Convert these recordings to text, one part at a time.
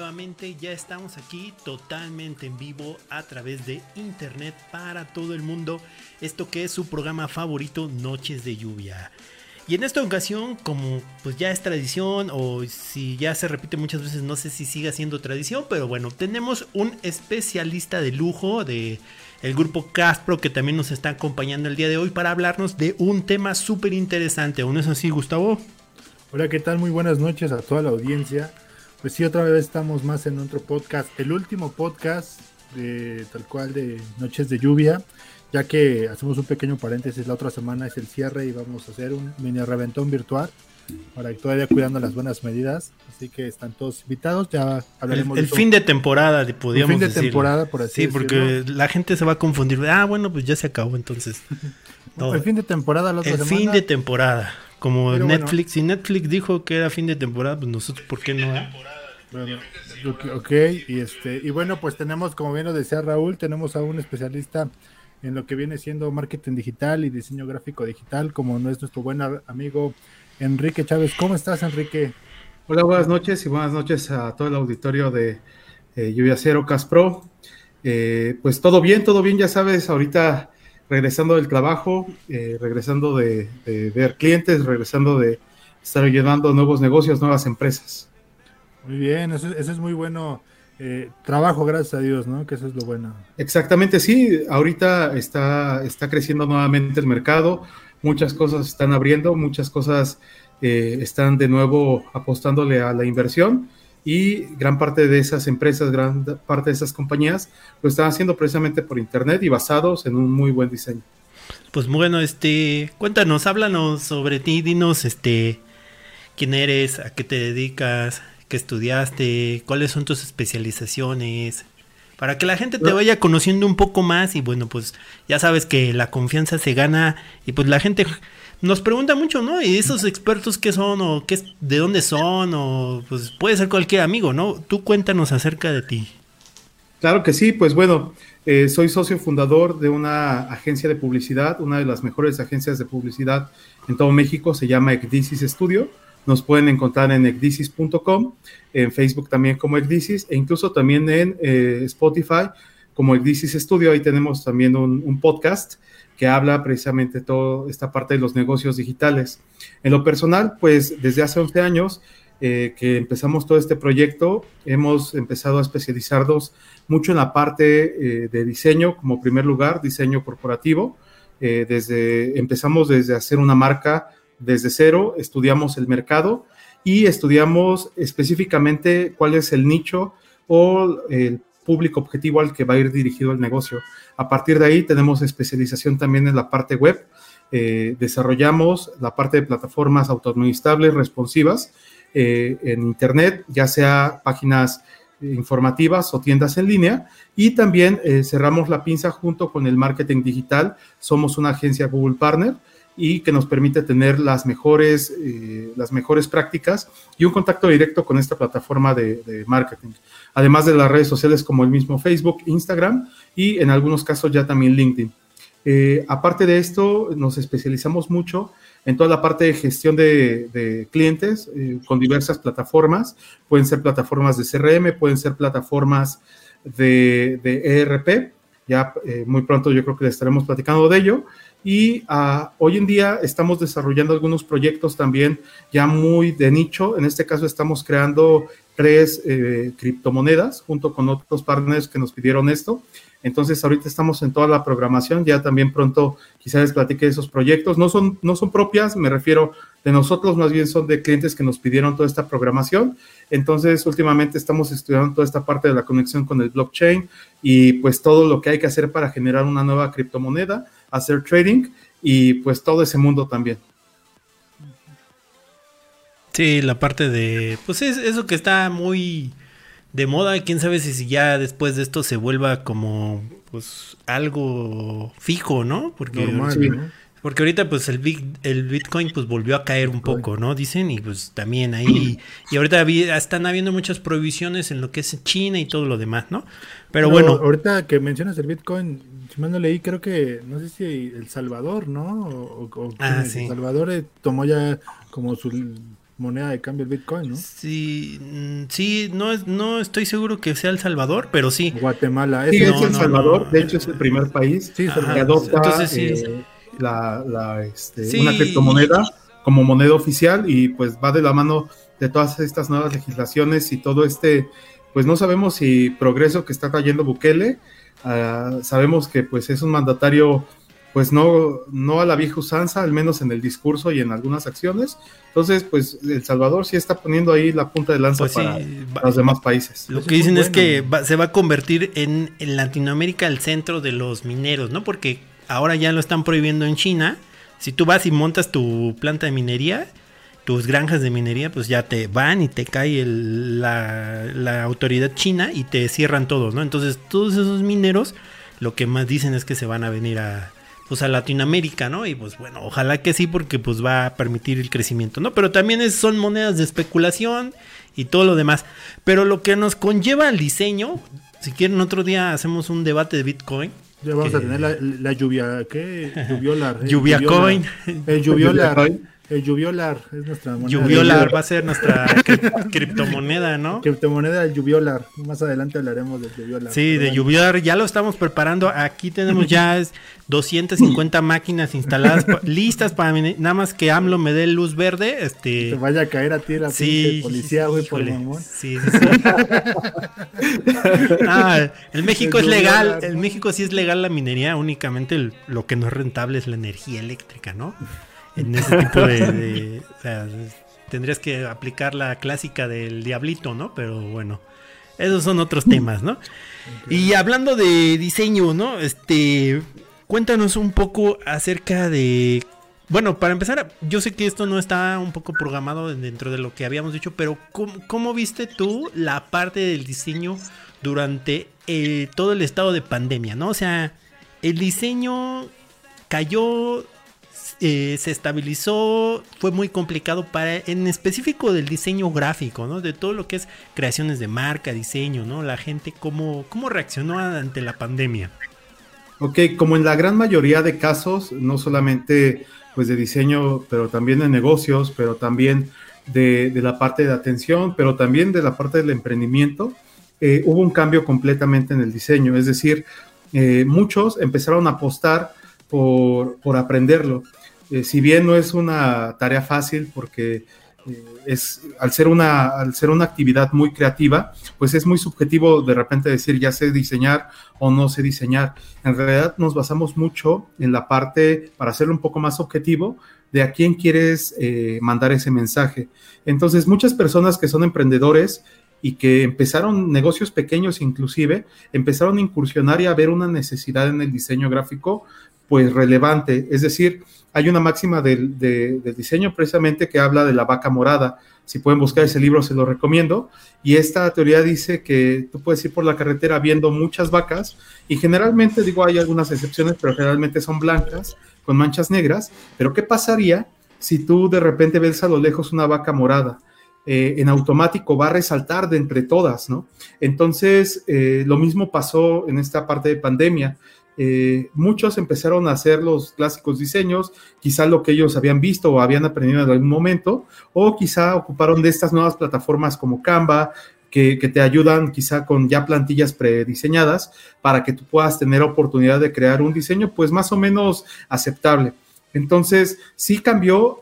nuevamente, ya estamos aquí totalmente en vivo a través de internet para todo el mundo. Esto que es su programa favorito, Noches de Lluvia. Y en esta ocasión, como pues ya es tradición, o si ya se repite muchas veces, no sé si siga siendo tradición, pero bueno, tenemos un especialista de lujo de el grupo Caspro que también nos está acompañando el día de hoy para hablarnos de un tema súper interesante. ¿O no es así, Gustavo? Hola, ¿qué tal? Muy buenas noches a toda la audiencia. Pues sí, otra vez estamos más en otro podcast, el último podcast de tal cual de Noches de Lluvia, ya que hacemos un pequeño paréntesis, la otra semana es el cierre y vamos a hacer un mini reventón virtual para que todavía cuidando las buenas medidas, así que están todos invitados, ya hablaremos el de fin de temporada, podríamos fin de decirlo. temporada, por así decirlo. Sí, porque la gente se va a confundir, bueno, pues ya se acabó entonces. No, el fin de temporada la otra semana. El fin de temporada, como pero Netflix, bueno. Si Netflix dijo que era fin de temporada, pues nosotros, ¿por qué no? Bueno, ok, y bueno, pues tenemos, como bien lo decía Raúl, tenemos a un especialista en lo que viene siendo marketing digital y diseño gráfico digital, como no es nuestro buen amigo Enrique Chávez. ¿Cómo estás, Enrique? Hola, buenas noches y buenas noches a todo el auditorio de Lluvia Cero Caspro. Pues todo bien, ya sabes, ahorita regresando del trabajo, regresando de ver clientes, regresando de estar llevando nuevos negocios, nuevas empresas. Muy bien, eso es muy bueno. Trabajo, gracias a Dios, ¿no? Que eso es lo bueno. Exactamente, sí. Ahorita está creciendo nuevamente el mercado. Muchas cosas están abriendo, muchas cosas están de nuevo apostándole a la inversión y gran parte de esas empresas, gran parte de esas compañías lo están haciendo precisamente por internet y basados en un muy buen diseño. Pues bueno, cuéntanos, háblanos sobre ti, dinos, quién eres, a qué te dedicas, qué estudiaste, cuáles son tus especializaciones, para que la gente te vaya conociendo un poco más. Y bueno, pues ya sabes que la confianza se gana y pues la gente nos pregunta mucho, ¿no? Y esos expertos qué son o de dónde son, o pues puede ser cualquier amigo, ¿no? Tú cuéntanos acerca de ti. Claro que sí, pues bueno, soy socio fundador de una agencia de publicidad, una de las mejores agencias de publicidad en todo México, se llama Ecdisis Studio. Nos pueden encontrar en ecdisis.com, en Facebook también como Ecdisis, e incluso también en Spotify como Ecdisis Studio. Ahí tenemos también un podcast que habla precisamente toda esta parte de los negocios digitales. En lo personal, pues desde hace 11 años que empezamos todo este proyecto, hemos empezado a especializarnos mucho en la parte de diseño, como primer lugar, diseño corporativo. Empezamos desde hacer una marca desde cero, estudiamos el mercado y estudiamos específicamente cuál es el nicho o el público objetivo al que va a ir dirigido el negocio. A partir de ahí tenemos especialización también en la parte web, desarrollamos la parte de plataformas autoadministrables responsivas en internet, ya sea páginas informativas o tiendas en línea, y también cerramos la pinza junto con el marketing digital. Somos una agencia Google Partner y que nos permite tener las mejores prácticas y un contacto directo con esta plataforma de marketing, además de las redes sociales como el mismo Facebook, Instagram y en algunos casos ya también LinkedIn. Aparte de esto, nos especializamos mucho en toda la parte de gestión de clientes con diversas plataformas. Pueden ser plataformas de CRM, pueden ser plataformas de ERP. Ya muy pronto yo creo que les estaremos platicando de ello. Y hoy en día estamos desarrollando algunos proyectos también ya muy de nicho. En este caso estamos creando 3 criptomonedas junto con otros partners que nos pidieron esto. Entonces ahorita estamos en toda la programación, ya también pronto quizás les platique de esos proyectos. No son propias, me refiero de nosotros, más bien son de clientes que nos pidieron toda esta programación. Entonces últimamente estamos estudiando toda esta parte de la conexión con el blockchain y pues todo lo que hay que hacer para generar una nueva criptomoneda, hacer trading y pues todo ese mundo también. Sí, la parte de, pues es eso que está muy de moda, quién sabe si ya después de esto se vuelva como pues algo fijo, ¿no? Porque normal, ¿no? Porque ahorita pues el Bitcoin pues volvió a caer un poco, ¿no? Dicen, y pues también ahí, y ahorita están habiendo muchas prohibiciones en lo que es China y todo lo demás, ¿no? Pero bueno. Ahorita que mencionas el Bitcoin, si mal no leí, creo que, no sé si El Salvador, ¿no? Sí. El Salvador tomó ya como moneda de cambio el Bitcoin, ¿no? Sí, sí, no estoy seguro que sea El Salvador, pero sí. Guatemala. Sí, es No, El no, Salvador, no. de hecho es el primer país Sí, Ajá, que adopta entonces sí. una Sí, criptomoneda como moneda oficial y pues va de la mano de todas estas nuevas legislaciones y todo pues no sabemos si progreso que está trayendo Bukele, sabemos que pues es un mandatario pues no a la vieja usanza, al menos en el discurso y en algunas acciones. Entonces, pues El Salvador sí está poniendo ahí la punta de lanza pues sí, para los demás países. lo Eso que es muy dicen es bueno. que se va a convertir en Latinoamérica el centro de los mineros, ¿no? Porque ahora ya lo están prohibiendo en China. Si tú vas y montas tu planta de minería, tus granjas de minería, pues ya te van y te cae la autoridad china y te cierran todos, ¿no? Entonces todos esos mineros lo que más dicen es que se van a venir a Latinoamérica, ¿no? Y pues bueno, ojalá que sí, porque pues va a permitir el crecimiento, ¿no? Pero también son monedas de especulación y todo lo demás. Pero lo que nos conlleva al diseño, si quieren otro día hacemos un debate de Bitcoin. Ya vamos que- a tener la lluvia, ¿qué? Lluviolar. Lluvia coin. El lluviolar. El lluviolar es nuestra moneda. Lluviolar va a ser nuestra criptomoneda, ¿no? Criptomoneda del lluviolar. Más adelante hablaremos del lluviolar. Sí, de lluviolar, ya lo estamos preparando. Aquí tenemos ya 250 máquinas instaladas, listas para nada más que AMLO me dé luz verde. Te vaya a caer a ti la pinche policía, güey, por híjole, mamón. sí. En México es legal, en México sí es legal la minería, únicamente lo que no es rentable es la energía eléctrica, ¿no? En ese tipo o sea, tendrías que aplicar la clásica del diablito, ¿no? Pero bueno, esos son otros temas, ¿no? Okay. Y hablando de diseño, ¿no? Cuéntanos un poco acerca de... Bueno, para empezar, yo sé que esto no está un poco programado dentro de lo que habíamos dicho, pero ¿cómo viste tú la parte del diseño durante todo el estado de pandemia, ¿no? O sea, el diseño cayó... se estabilizó, fue muy complicado en específico del diseño gráfico, ¿no? De todo lo que es creaciones de marca, diseño, ¿no? La gente, ¿cómo reaccionó ante la pandemia? Ok, como en la gran mayoría de casos, no solamente pues de diseño, pero también de negocios, pero también de la parte de atención, pero también de la parte del emprendimiento, hubo un cambio completamente en el diseño, es decir, muchos empezaron a apostar por aprenderlo. Si bien no es una tarea fácil porque al ser una actividad muy creativa, pues es muy subjetivo de repente decir ya sé diseñar o no sé diseñar. En realidad nos basamos mucho en la parte, para hacerlo un poco más objetivo, de a quién quieres mandar ese mensaje. Entonces muchas personas que son emprendedores y que empezaron negocios pequeños inclusive, empezaron a incursionar y a ver una necesidad en el diseño gráfico pues relevante, es decir, hay una máxima del diseño precisamente que habla de la vaca morada. Si pueden buscar ese libro, se lo recomiendo. Y esta teoría dice que tú puedes ir por la carretera viendo muchas vacas y generalmente, digo, hay algunas excepciones, pero generalmente son blancas con manchas negras. Pero ¿qué pasaría si tú de repente ves a lo lejos una vaca morada? En automático va a resaltar de entre todas, ¿no? Entonces, lo mismo pasó en esta parte de pandemia. Muchos empezaron a hacer los clásicos diseños, quizá lo que ellos habían visto o habían aprendido en algún momento, o quizá ocuparon de estas nuevas plataformas como Canva, que te ayudan quizá con ya plantillas prediseñadas para que tú puedas tener oportunidad de crear un diseño pues más o menos aceptable. Entonces, sí cambió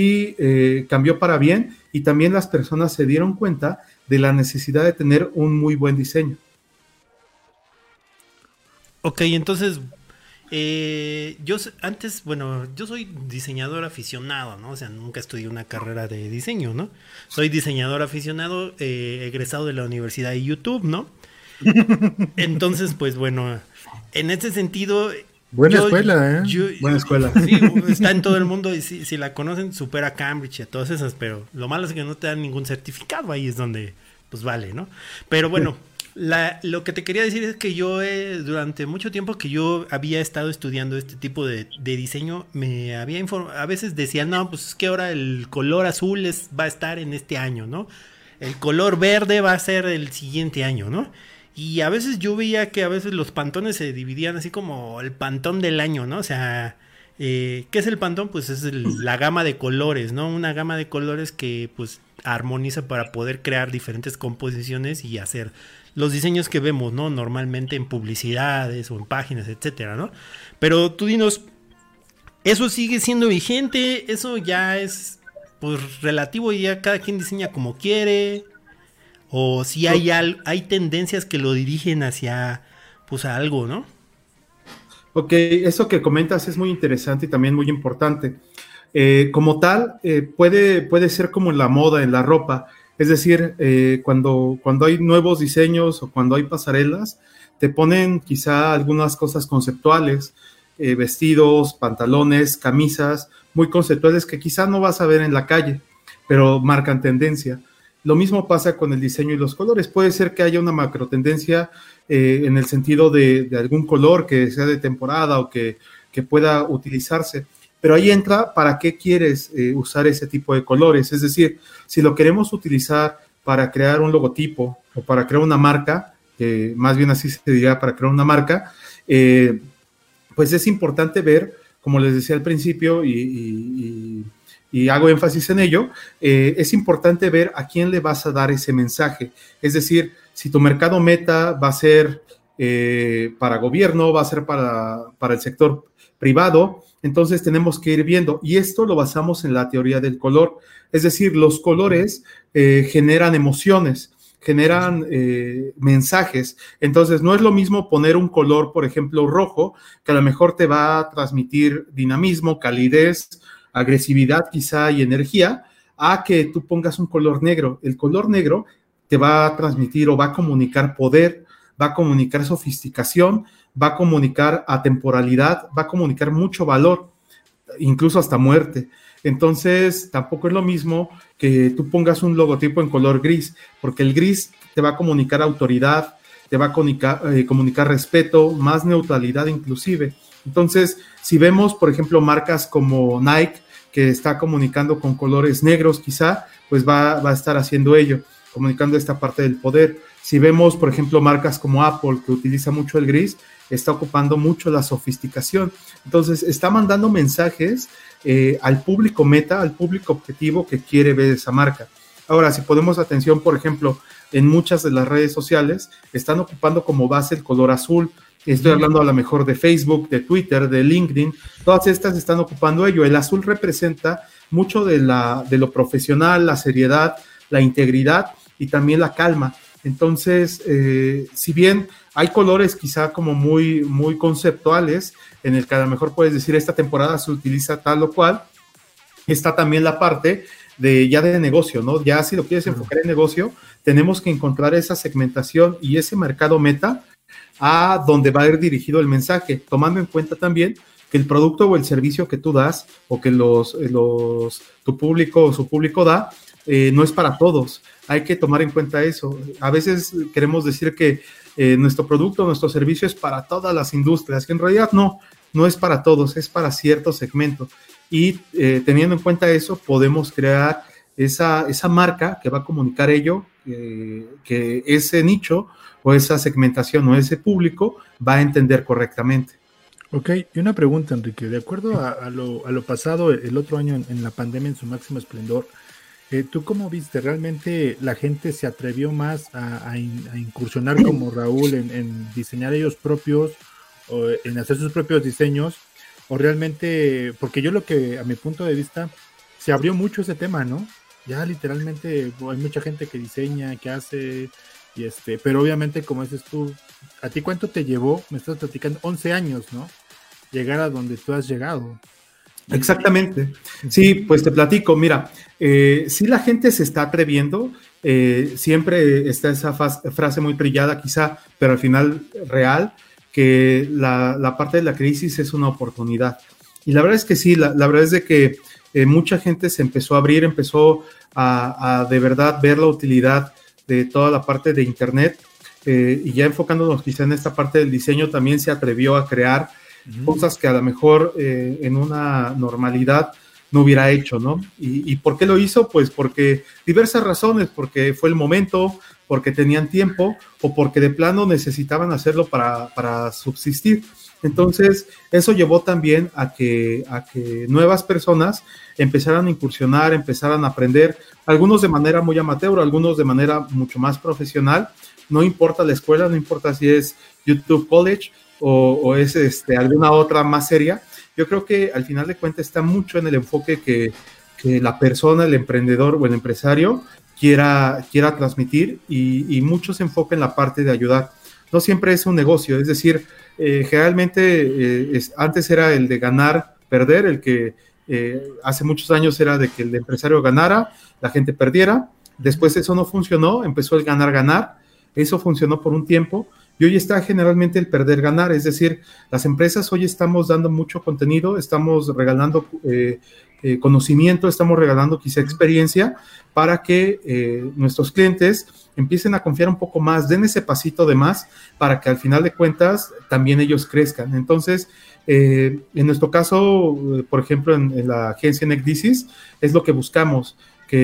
para bien y también las personas se dieron cuenta de la necesidad de tener un muy buen diseño. Ok, entonces, yo soy diseñador aficionado, ¿no? O sea, nunca estudié una carrera de diseño, ¿no? Soy diseñador aficionado, egresado de la Universidad de YouTube, ¿no? Entonces, pues bueno, en este sentido... Buena escuela, Buena escuela. Sí, está en todo el mundo y si la conocen, supera Cambridge y a todas esas, pero lo malo es que no te dan ningún certificado, ahí es donde, pues vale, ¿no? Pero bueno... Lo que te quería decir es que yo durante mucho tiempo que yo había estado estudiando este tipo de diseño, me había informado, a veces decían, no, pues es que ahora el color azul va a estar en este año, ¿no? El color verde va a ser el siguiente año, ¿no? Y a veces yo veía que a veces los pantones se dividían así como el pantón del año, ¿no? O sea, ¿Qué es el Pantone? Pues es la gama de colores, ¿no? Una gama de colores que pues armoniza para poder crear diferentes composiciones y hacer los diseños que vemos, ¿no? Normalmente en publicidades o en páginas, etcétera, ¿no? Pero tú dinos, ¿eso sigue siendo vigente? ¿Eso ya es pues relativo y ya cada quien diseña como quiere? ¿O si hay tendencias que lo dirigen hacia pues a algo, ¿no? Ok, eso que comentas es muy interesante y también muy importante. Como tal, puede ser como en la moda, en la ropa. Es decir, cuando hay nuevos diseños o cuando hay pasarelas, te ponen quizá algunas cosas conceptuales, vestidos, pantalones, camisas, muy conceptuales que quizá no vas a ver en la calle, pero marcan tendencia. Lo mismo pasa con el diseño y los colores. Puede ser que haya una macro tendencia en el sentido de algún color que sea de temporada o que pueda utilizarse. Pero ahí entra para qué quieres usar ese tipo de colores. Es decir, si lo queremos utilizar para crear un logotipo o para crear una marca, más bien así se diría, para crear una marca, pues es importante ver, como les decía al principio, y hago énfasis en ello, es importante ver a quién le vas a dar ese mensaje. Es decir, si tu mercado meta va a ser para gobierno, va a ser para el sector privado, entonces tenemos que ir viendo, y esto lo basamos en la teoría del color. Es decir, los colores generan emociones, generan mensajes. Entonces, no es lo mismo poner un color, por ejemplo, rojo, que a lo mejor te va a transmitir dinamismo, calidez, agresividad quizá y energía, a que tú pongas un color negro. El color negro te va a transmitir o va a comunicar poder, va a comunicar sofisticación, va a comunicar atemporalidad, va a comunicar mucho valor, incluso hasta muerte. Entonces, tampoco es lo mismo que tú pongas un logotipo en color gris, porque el gris te va a comunicar autoridad, te va a comunicar respeto, más neutralidad inclusive. Entonces, si vemos, por ejemplo, marcas como Nike, que está comunicando con colores negros quizá, pues va a estar haciendo ello, comunicando esta parte del poder. Si vemos, por ejemplo, marcas como Apple, que utiliza mucho el gris, está ocupando mucho la sofisticación. Entonces, está mandando mensajes al público meta, al público objetivo que quiere ver esa marca. Ahora, si ponemos atención, por ejemplo, en muchas de las redes sociales, están ocupando como base el color azul. Estoy hablando a lo mejor de Facebook, de Twitter, de LinkedIn, todas estas están ocupando ello. El azul representa mucho de lo profesional, la seriedad, la integridad y también la calma. Entonces, si bien hay colores quizá como muy, muy conceptuales, en el que a lo mejor puedes decir esta temporada se utiliza tal o cual, está también la parte de negocio, ¿no? Ya si lo quieres enfocar en negocio, tenemos que encontrar esa segmentación y ese mercado meta a donde va a ir dirigido el mensaje, tomando en cuenta también que el producto o el servicio que tú das o que tu público o su público da, no es para todos. Hay que tomar en cuenta eso. A veces queremos decir que nuestro producto, nuestro servicio es para todas las industrias, que en realidad no es para todos, es para cierto segmento. Y teniendo en cuenta eso, podemos crear esa marca que va a comunicar ello, que ese nicho o esa segmentación o ese público va a entender correctamente. Ok, y una pregunta, Enrique. De acuerdo a lo pasado el otro año en la pandemia en su máximo esplendor, ¿tú cómo viste? ¿Realmente la gente se atrevió más a incursionar como Raúl en diseñar ellos propios o en hacer sus propios diseños? O realmente, porque yo lo que a mi punto de vista se abrió mucho ese tema, ¿no? Ya literalmente hay mucha gente que diseña, que hace, pero obviamente como dices tú, ¿a ti cuánto te llevó? Me estás platicando, 11 años, ¿no? Llegar a donde tú has llegado. Exactamente. Sí, pues te platico, mira, si la gente se está atreviendo, siempre está esa frase muy trillada quizá, pero al final real, que la parte de la crisis es una oportunidad. Y la verdad es que sí, la verdad es de que mucha gente se empezó a abrir, empezó a de verdad ver la utilidad de toda la parte de internet, y ya enfocándonos quizá en esta parte del diseño, también se atrevió a crear cosas que a lo mejor en una normalidad no hubiera hecho, ¿no? ¿Y por qué lo hizo? Pues porque diversas razones, porque fue el momento, porque tenían tiempo o porque de plano necesitaban hacerlo para subsistir. Entonces, eso llevó también a que nuevas personas empezaran a incursionar, empezaran a aprender, algunos de manera muy amateur, algunos de manera mucho más profesional. No importa la escuela, no importa si es YouTube College o es alguna otra más seria. Yo creo que al final de cuentas está mucho en el enfoque que la persona, el emprendedor o el empresario quiera transmitir, y mucho se enfoca en la parte de ayudar. No siempre es un negocio, es decir, generalmente antes era el de ganar, perder, el que hace muchos años era de que el empresario ganara, la gente perdiera. Después eso no funcionó, empezó el ganar, eso funcionó por un tiempo, y hoy está generalmente el perder-ganar, es decir, las empresas hoy estamos dando mucho contenido, estamos regalando conocimiento, estamos regalando quizá experiencia para que nuestros clientes empiecen a confiar un poco más, den ese pasito de más para que al final de cuentas también ellos crezcan. Entonces, en nuestro caso, por ejemplo, en la agencia NECDISIS, es lo que buscamos,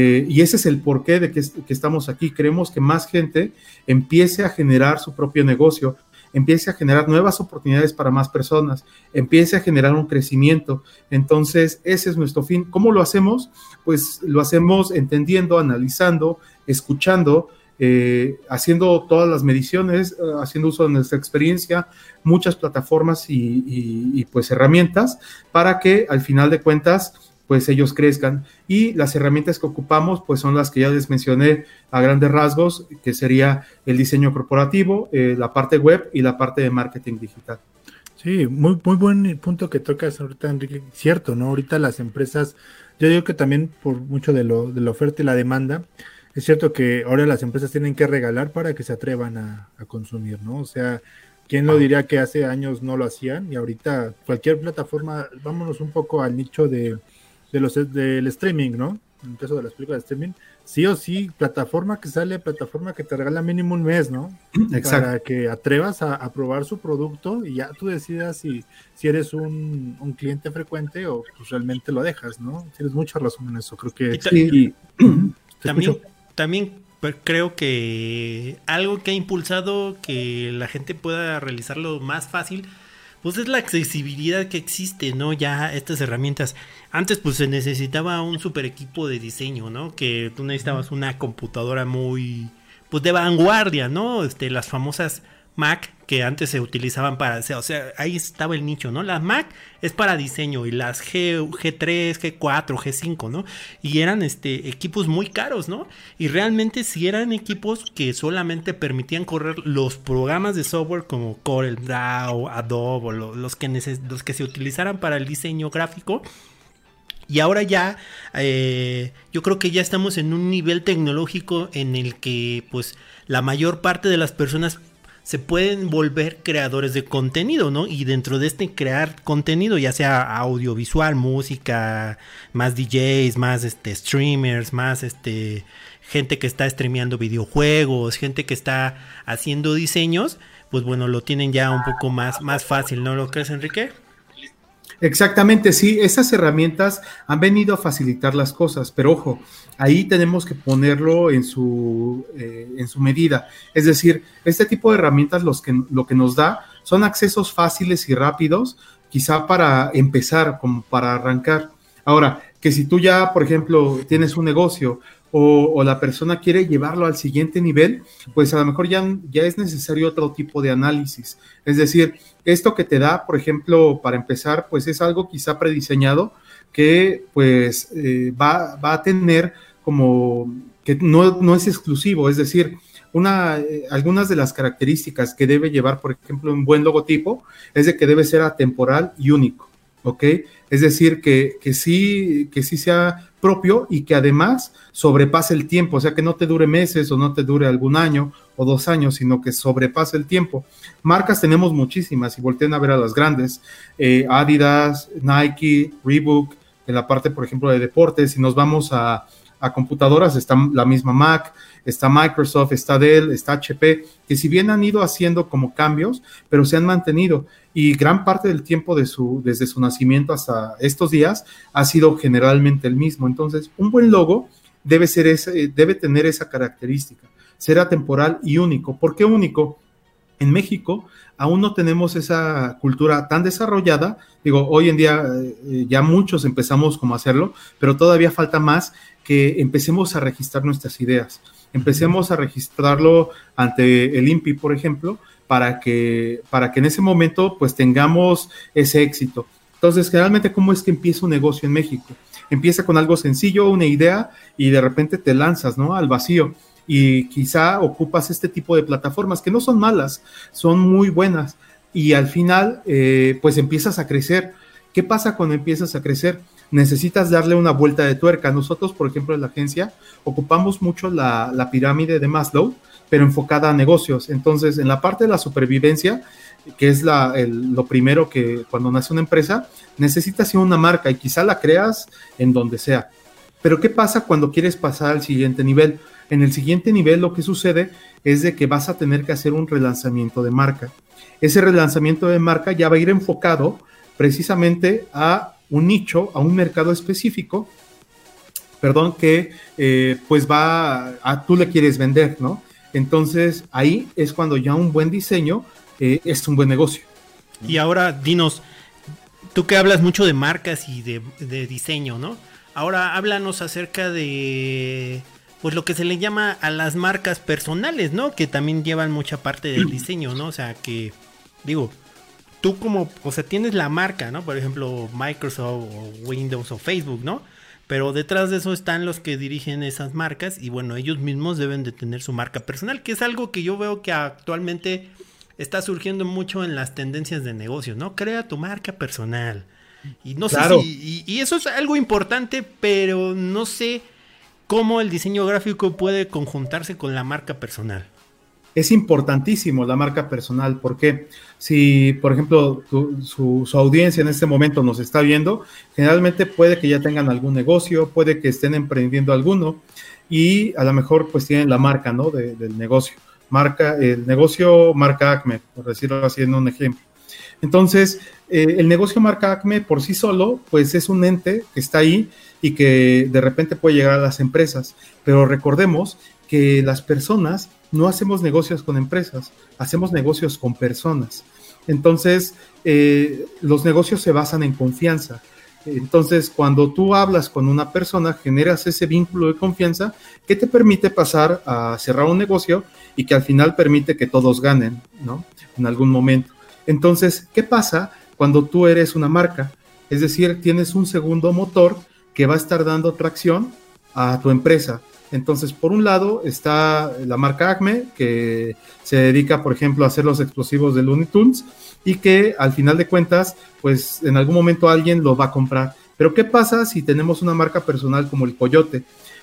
y ese es el porqué de que estamos aquí. Queremos que más gente empiece a generar su propio negocio, empiece a generar nuevas oportunidades para más personas, empiece a generar un crecimiento. Entonces, ese es nuestro fin. ¿Cómo lo hacemos? Pues lo hacemos entendiendo, analizando, escuchando, haciendo todas las mediciones, haciendo uso de nuestra experiencia, muchas plataformas y pues herramientas para que al final de cuentas pues ellos crezcan. Y las herramientas que ocupamos pues son las que ya les mencioné a grandes rasgos, que sería el diseño corporativo, la parte web y la parte de marketing digital. Sí, muy buen punto que tocas ahorita, Enrique. Cierto, ¿no? Ahorita las empresas, yo digo que también por mucho de la oferta y la demanda, es cierto que ahora las empresas tienen que regalar para que se atrevan a consumir, ¿no? O sea, ¿quién lo diría que hace años no lo hacían? Y ahorita cualquier plataforma, vámonos un poco al nicho del streaming, ¿no? En el caso de las películas de streaming, sí o sí, plataforma que te regala mínimo un mes, ¿no? Exacto. Para que atrevas a probar su producto y ya tú decidas si eres un cliente frecuente o pues realmente lo dejas, ¿no? Tienes mucha razón en eso, creo que... También creo que algo que ha impulsado que la gente pueda realizarlo más fácil, pues es la accesibilidad que existe, ¿no? Ya estas herramientas. Antes pues se necesitaba un super equipo de diseño, ¿no? Que tú necesitabas una computadora muy, pues de vanguardia, ¿no? Las famosas Mac que antes se utilizaban para, o sea, ahí estaba el nicho, ¿no? La Mac es para diseño y las G3, G4, G5, ¿no? Y eran equipos muy caros, ¿no? Y realmente sí eran equipos que solamente permitían correr los programas de software como CorelDRAW, Adobe, los que se utilizaran para el diseño gráfico. Y ahora ya, yo creo que ya estamos en un nivel tecnológico en el que, pues, la mayor parte de las personas se pueden volver creadores de contenido, ¿no? Y dentro de crear contenido, ya sea audiovisual, música, más DJs, más streamers, más gente que está streameando videojuegos, gente que está haciendo diseños, pues bueno, lo tienen ya un poco más fácil, ¿no lo crees, Enrique? Exactamente, sí, esas herramientas han venido a facilitar las cosas, pero ojo, ahí tenemos que ponerlo en su medida. Es decir, este tipo de herramientas lo que nos da son accesos fáciles y rápidos, quizá para empezar, como para arrancar. Ahora, que si tú ya, por ejemplo, tienes un negocio o la persona quiere llevarlo al siguiente nivel, pues a lo mejor ya es necesario otro tipo de análisis. Es decir, esto que te da, por ejemplo, para empezar, pues es algo quizá prediseñado que pues va a tener como que no es exclusivo, es decir, algunas de las características que debe llevar, por ejemplo, un buen logotipo es de que debe ser atemporal y único, ¿ok? Es decir, que sí sea propio y que además sobrepase el tiempo, o sea, que no te dure meses o no te dure algún año o 2 años, sino que sobrepase el tiempo. Marcas tenemos muchísimas, y volteen a ver a las grandes, Adidas, Nike, Reebok, en la parte, por ejemplo, de deportes. Si nos vamos a computadoras, está la misma Mac, está Microsoft, está Dell, está HP, que si bien han ido haciendo como cambios, pero se han mantenido, y gran parte del tiempo desde su nacimiento hasta estos días ha sido generalmente el mismo. Entonces, un buen logo debe tener esa característica, ser atemporal y único. ¿Por qué único? En México aún no tenemos esa cultura tan desarrollada. Digo, hoy en día ya muchos empezamos como a hacerlo, pero todavía falta más que empecemos a registrar nuestras ideas. Empecemos a registrarlo ante el INPI, por ejemplo, para que en ese momento pues tengamos ese éxito. Entonces, generalmente, ¿cómo es que empieza un negocio en México? Empieza con algo sencillo, una idea, y de repente te lanzas, ¿no?, al vacío. Y quizá ocupas este tipo de plataformas que no son malas, son muy buenas. Y al final, pues empiezas a crecer. ¿Qué pasa cuando empiezas a crecer? Necesitas darle una vuelta de tuerca. Nosotros, por ejemplo, en la agencia, ocupamos mucho la pirámide de Maslow, pero enfocada a negocios. Entonces, en la parte de la supervivencia, que es lo primero que cuando nace una empresa, necesitas una marca y quizá la creas en donde sea. Pero ¿qué pasa cuando quieres pasar al siguiente nivel? En el siguiente nivel lo que sucede es de que vas a tener que hacer un relanzamiento de marca. Ese relanzamiento de marca ya va a ir enfocado precisamente a un nicho, a un mercado específico, que pues tú le quieres vender, ¿no? Entonces ahí es cuando ya un buen diseño es un buen negocio. Y ahora dinos, tú que hablas mucho de marcas y de diseño, ¿no? Ahora háblanos acerca de pues lo que se le llama a las marcas personales, ¿no? Que también llevan mucha parte del diseño, ¿no? O sea, que digo, tú tienes la marca, ¿no? Por ejemplo, Microsoft o Windows o Facebook, ¿no? Pero detrás de eso están los que dirigen esas marcas y bueno, ellos mismos deben de tener su marca personal, que es algo que yo veo que actualmente está surgiendo mucho en las tendencias de negocios, ¿no? Crea tu marca personal. Y no claro. sé y eso es algo importante, pero no sé cómo el diseño gráfico puede conjuntarse con la marca personal. Es importantísimo la marca personal, porque si, por ejemplo, su audiencia en este momento nos está viendo, generalmente puede que ya tengan algún negocio, puede que estén emprendiendo alguno y a lo mejor pues tienen la marca, ¿no?, del negocio. El negocio marca Acme, por decirlo así en un ejemplo. Entonces, el negocio marca Acme por sí solo, pues es un ente que está ahí y que de repente puede llegar a las empresas, pero recordemos que las personas no hacemos negocios con empresas, hacemos negocios con personas. Entonces, los negocios se basan en confianza. Entonces, cuando tú hablas con una persona, generas ese vínculo de confianza que te permite pasar a cerrar un negocio y que al final permite que todos ganen, ¿no?, en algún momento. Entonces, ¿qué pasa cuando tú eres una marca? Es decir, tienes un segundo motor que va a estar dando tracción a tu empresa. Entonces, por un lado está la marca Acme, que se dedica, por ejemplo, a hacer los explosivos de Looney Tunes y que al final de cuentas, pues en algún momento alguien lo va a comprar. Pero ¿qué pasa si tenemos una marca personal como el Coyote,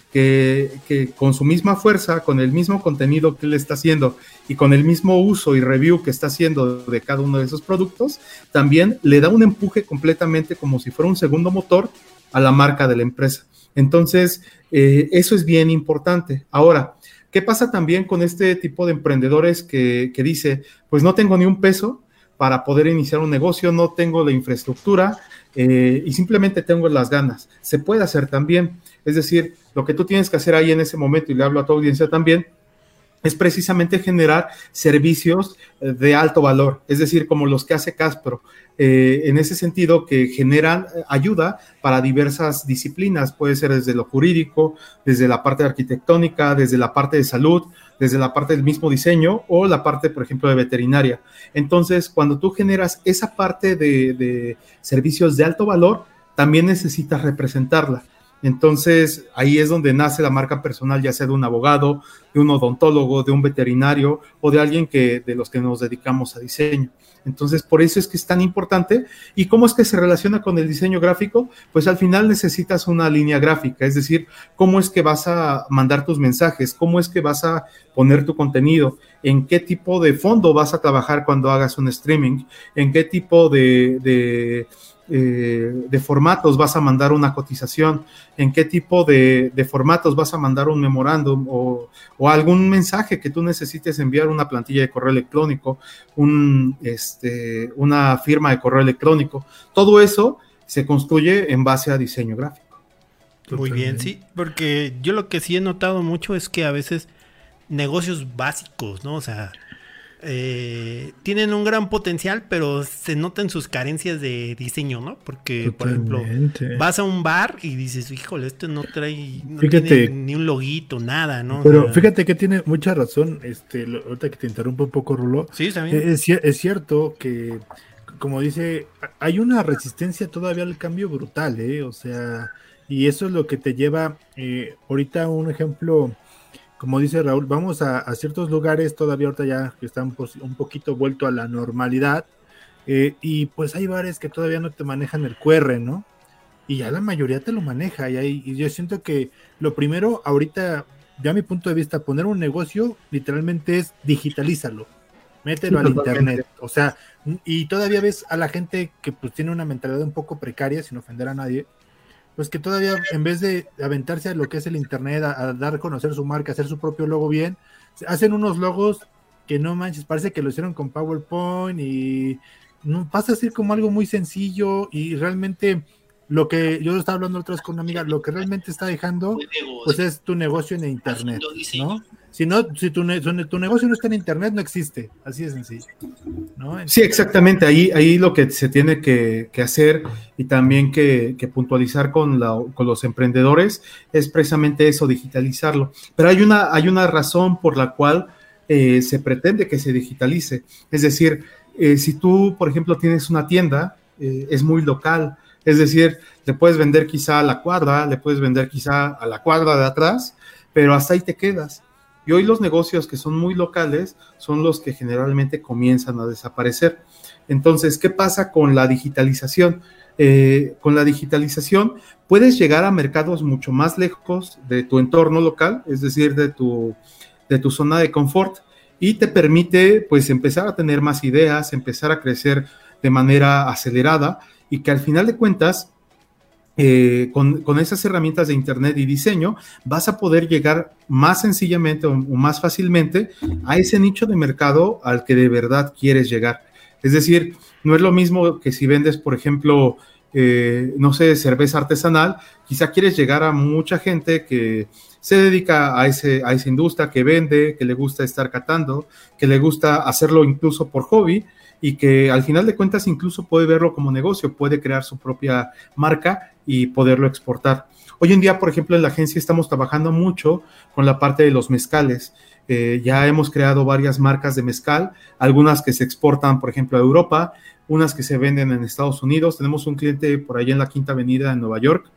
que con su misma fuerza, con el mismo contenido que él está haciendo y con el mismo uso y review que está haciendo de cada uno de esos productos, también le da un empuje completamente como si fuera un segundo motor a la marca de la empresa? Entonces, eso es bien importante. Ahora, ¿qué pasa también con este tipo de emprendedores que dice, pues no tengo ni un peso para poder iniciar un negocio, no tengo la infraestructura y simplemente tengo las ganas? Se puede hacer también. Es decir, lo que tú tienes que hacer ahí en ese momento, y le hablo a tu audiencia también, es precisamente generar servicios de alto valor, es decir, como los que hace Caspro, en ese sentido que generan ayuda para diversas disciplinas, puede ser desde lo jurídico, desde la parte arquitectónica, desde la parte de salud, desde la parte del mismo diseño o la parte, por ejemplo, de veterinaria. Entonces, cuando tú generas esa parte de servicios de alto valor, también necesitas representarla. Entonces, ahí es donde nace la marca personal, ya sea de un abogado, de un odontólogo, de un veterinario o de alguien de los que nos dedicamos a diseño. Entonces, por eso es que es tan importante. ¿Y cómo es que se relaciona con el diseño gráfico? Pues al final necesitas una línea gráfica, es decir, cómo es que vas a mandar tus mensajes, cómo es que vas a poner tu contenido, en qué tipo de fondo vas a trabajar cuando hagas un streaming, en qué tipo de formatos vas a mandar una cotización, en qué tipo de formatos vas a mandar un memorándum o algún mensaje que tú necesites enviar, una plantilla de correo electrónico, una firma de correo electrónico. Todo eso se construye en base a diseño gráfico. Muy bien, sí, porque yo lo que sí he notado mucho es que a veces negocios básicos, ¿no? O sea, tienen un gran potencial, pero se notan sus carencias de diseño, ¿no? Porque, Totalmente. por ejemplo, vas a un bar y dices, híjole, esto no Fíjate, tiene ni un loguito, nada, ¿no? Pero o sea, fíjate que tiene mucha razón, ahorita que te interrumpo un poco, Rulo, sí, está bien. es cierto que, como dice, hay una resistencia todavía al cambio brutal, o sea, y eso es lo que te lleva, ahorita un ejemplo, como dice Raúl, vamos a ciertos lugares todavía ahorita ya que están un poquito vuelto a la normalidad, y pues hay bares que todavía no te manejan el QR, ¿no? Y ya la mayoría te lo maneja, y yo siento que lo primero ahorita, ya a mi punto de vista, poner un negocio literalmente es digitalízalo, mételo al internet, o sea, y todavía ves a la gente que pues tiene una mentalidad un poco precaria, sin ofender a nadie, pues que todavía en vez de aventarse a lo que es el internet, a dar a conocer su marca, hacer su propio logo bien, hacen unos logos que no manches, parece que lo hicieron con PowerPoint y no pasa a ser como algo muy sencillo y realmente lo que yo estaba hablando otra vez con una amiga, lo que realmente está dejando pues es tu negocio en internet, ¿no? Si tu negocio no está en internet, no existe, así de sencillo, ¿no? Entonces, sí, exactamente, ahí lo que se tiene que hacer y también que puntualizar con los emprendedores es precisamente eso, digitalizarlo. Pero hay una razón por la cual se pretende que se digitalice. Es decir, si tú, por ejemplo, tienes una tienda, es muy local. Es decir, le puedes vender quizá a la cuadra, le puedes vender quizá a la cuadra de atrás, pero hasta ahí te quedas. Y hoy los negocios que son muy locales son los que generalmente comienzan a desaparecer. Entonces, ¿qué pasa con la digitalización? Con la digitalización puedes llegar a mercados mucho más lejos de tu entorno local, es decir, de tu zona de confort, y te permite pues empezar a tener más ideas, empezar a crecer de manera acelerada, y que al final de cuentas, con esas herramientas de internet y diseño, vas a poder llegar más sencillamente o más fácilmente a ese nicho de mercado al que de verdad quieres llegar. Es decir, no es lo mismo que si vendes, por ejemplo, no sé, cerveza artesanal, quizá quieres llegar a mucha gente que se dedica a esa industria, que vende, que le gusta estar catando, que le gusta hacerlo incluso por hobby, y que al final de cuentas incluso puede verlo como negocio, puede crear su propia marca y poderlo exportar. Hoy en día, por ejemplo, en la agencia estamos trabajando mucho con la parte de los mezcales. Ya hemos creado varias marcas de mezcal, algunas que se exportan, por ejemplo, a Europa, unas que se venden en Estados Unidos. Tenemos un cliente por allá en la Quinta Avenida en Nueva York,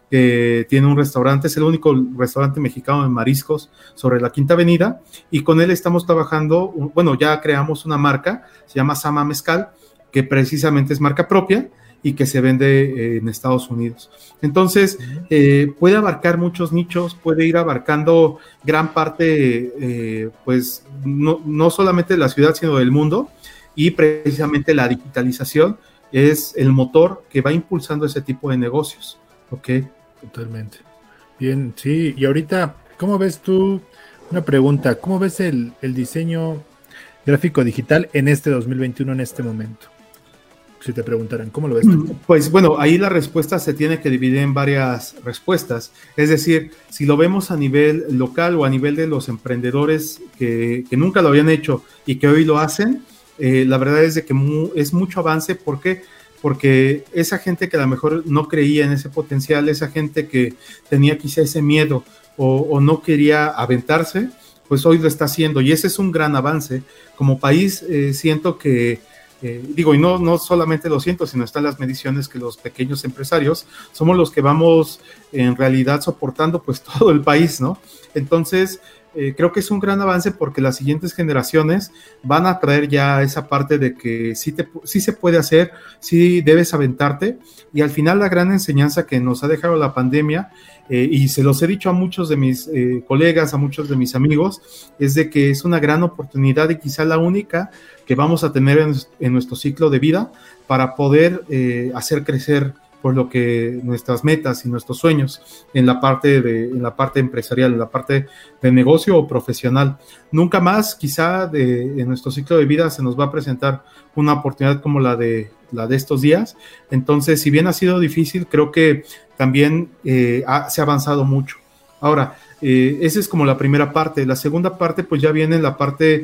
que tiene un restaurante, es el único restaurante mexicano de mariscos sobre la Quinta Avenida, y con él estamos trabajando, bueno, ya creamos una marca, se llama Sama Mezcal, que precisamente es marca propia y que se vende en Estados Unidos. Entonces, puede abarcar muchos nichos, puede ir abarcando gran parte, pues, no solamente de la ciudad, sino del mundo, y precisamente la digitalización es el motor que va impulsando ese tipo de negocios. ¿Ok? Totalmente. Bien, sí, y ahorita, ¿cómo ves tú? Una pregunta, ¿cómo ves el diseño gráfico digital en este 2021, en este momento? Si te preguntaran, ¿cómo lo ves tú? Pues bueno, ahí la respuesta se tiene que dividir en varias respuestas. Es decir, si lo vemos a nivel local o a nivel de los emprendedores que nunca lo habían hecho y que hoy lo hacen, la verdad es de que es mucho avance. ¿Por qué? Porque esa gente que a lo mejor no creía en ese potencial, esa gente que tenía quizá ese miedo o no quería aventarse, pues hoy lo está haciendo, y ese es un gran avance. Como país, siento que, digo, y no solamente lo siento, sino están las mediciones que los pequeños empresarios somos los que vamos en realidad soportando pues todo el país, ¿no? Entonces, creo que es un gran avance porque las siguientes generaciones van a traer ya esa parte de que sí se puede hacer, sí debes aventarte, y al final la gran enseñanza que nos ha dejado la pandemia, y se los he dicho a muchos de mis colegas, a muchos de mis amigos, es de que es una gran oportunidad y quizá la única que vamos a tener en nuestro ciclo de vida para poder hacer crecer por lo que nuestras metas y nuestros sueños en la parte empresarial, en la parte de negocio o profesional. Nunca más, quizá en nuestro ciclo de vida se nos va a presentar una oportunidad como la de estos días. Entonces, si bien ha sido difícil, creo que también se ha avanzado mucho. Ahora, esa es como la primera parte. La segunda parte, pues ya viene la parte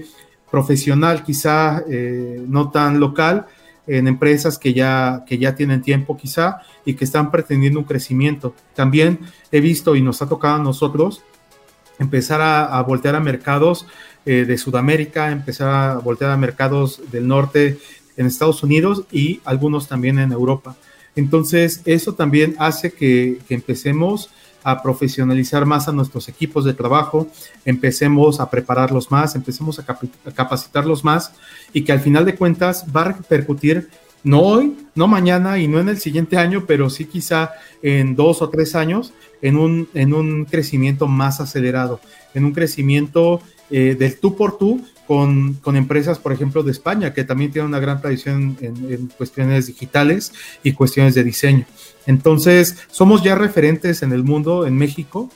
profesional, quizá no tan local, en empresas que ya tienen tiempo quizá y que están pretendiendo un crecimiento. También he visto y nos ha tocado a nosotros empezar a voltear a mercados de Sudamérica, empezar a voltear a mercados del norte en Estados Unidos y algunos también en Europa. Entonces, eso también hace que empecemos a profesionalizar más a nuestros equipos de trabajo, empecemos a prepararlos más, empecemos a capacitarlos más y que al final de cuentas va a repercutir no hoy, no mañana y no en el siguiente año, pero sí quizá en 2 o 3 años en un crecimiento más acelerado, en un crecimiento del tú por tú con empresas, por ejemplo, de España, que también tienen una gran tradición en cuestiones digitales y cuestiones de diseño. Entonces, somos ya referentes en el mundo, en México,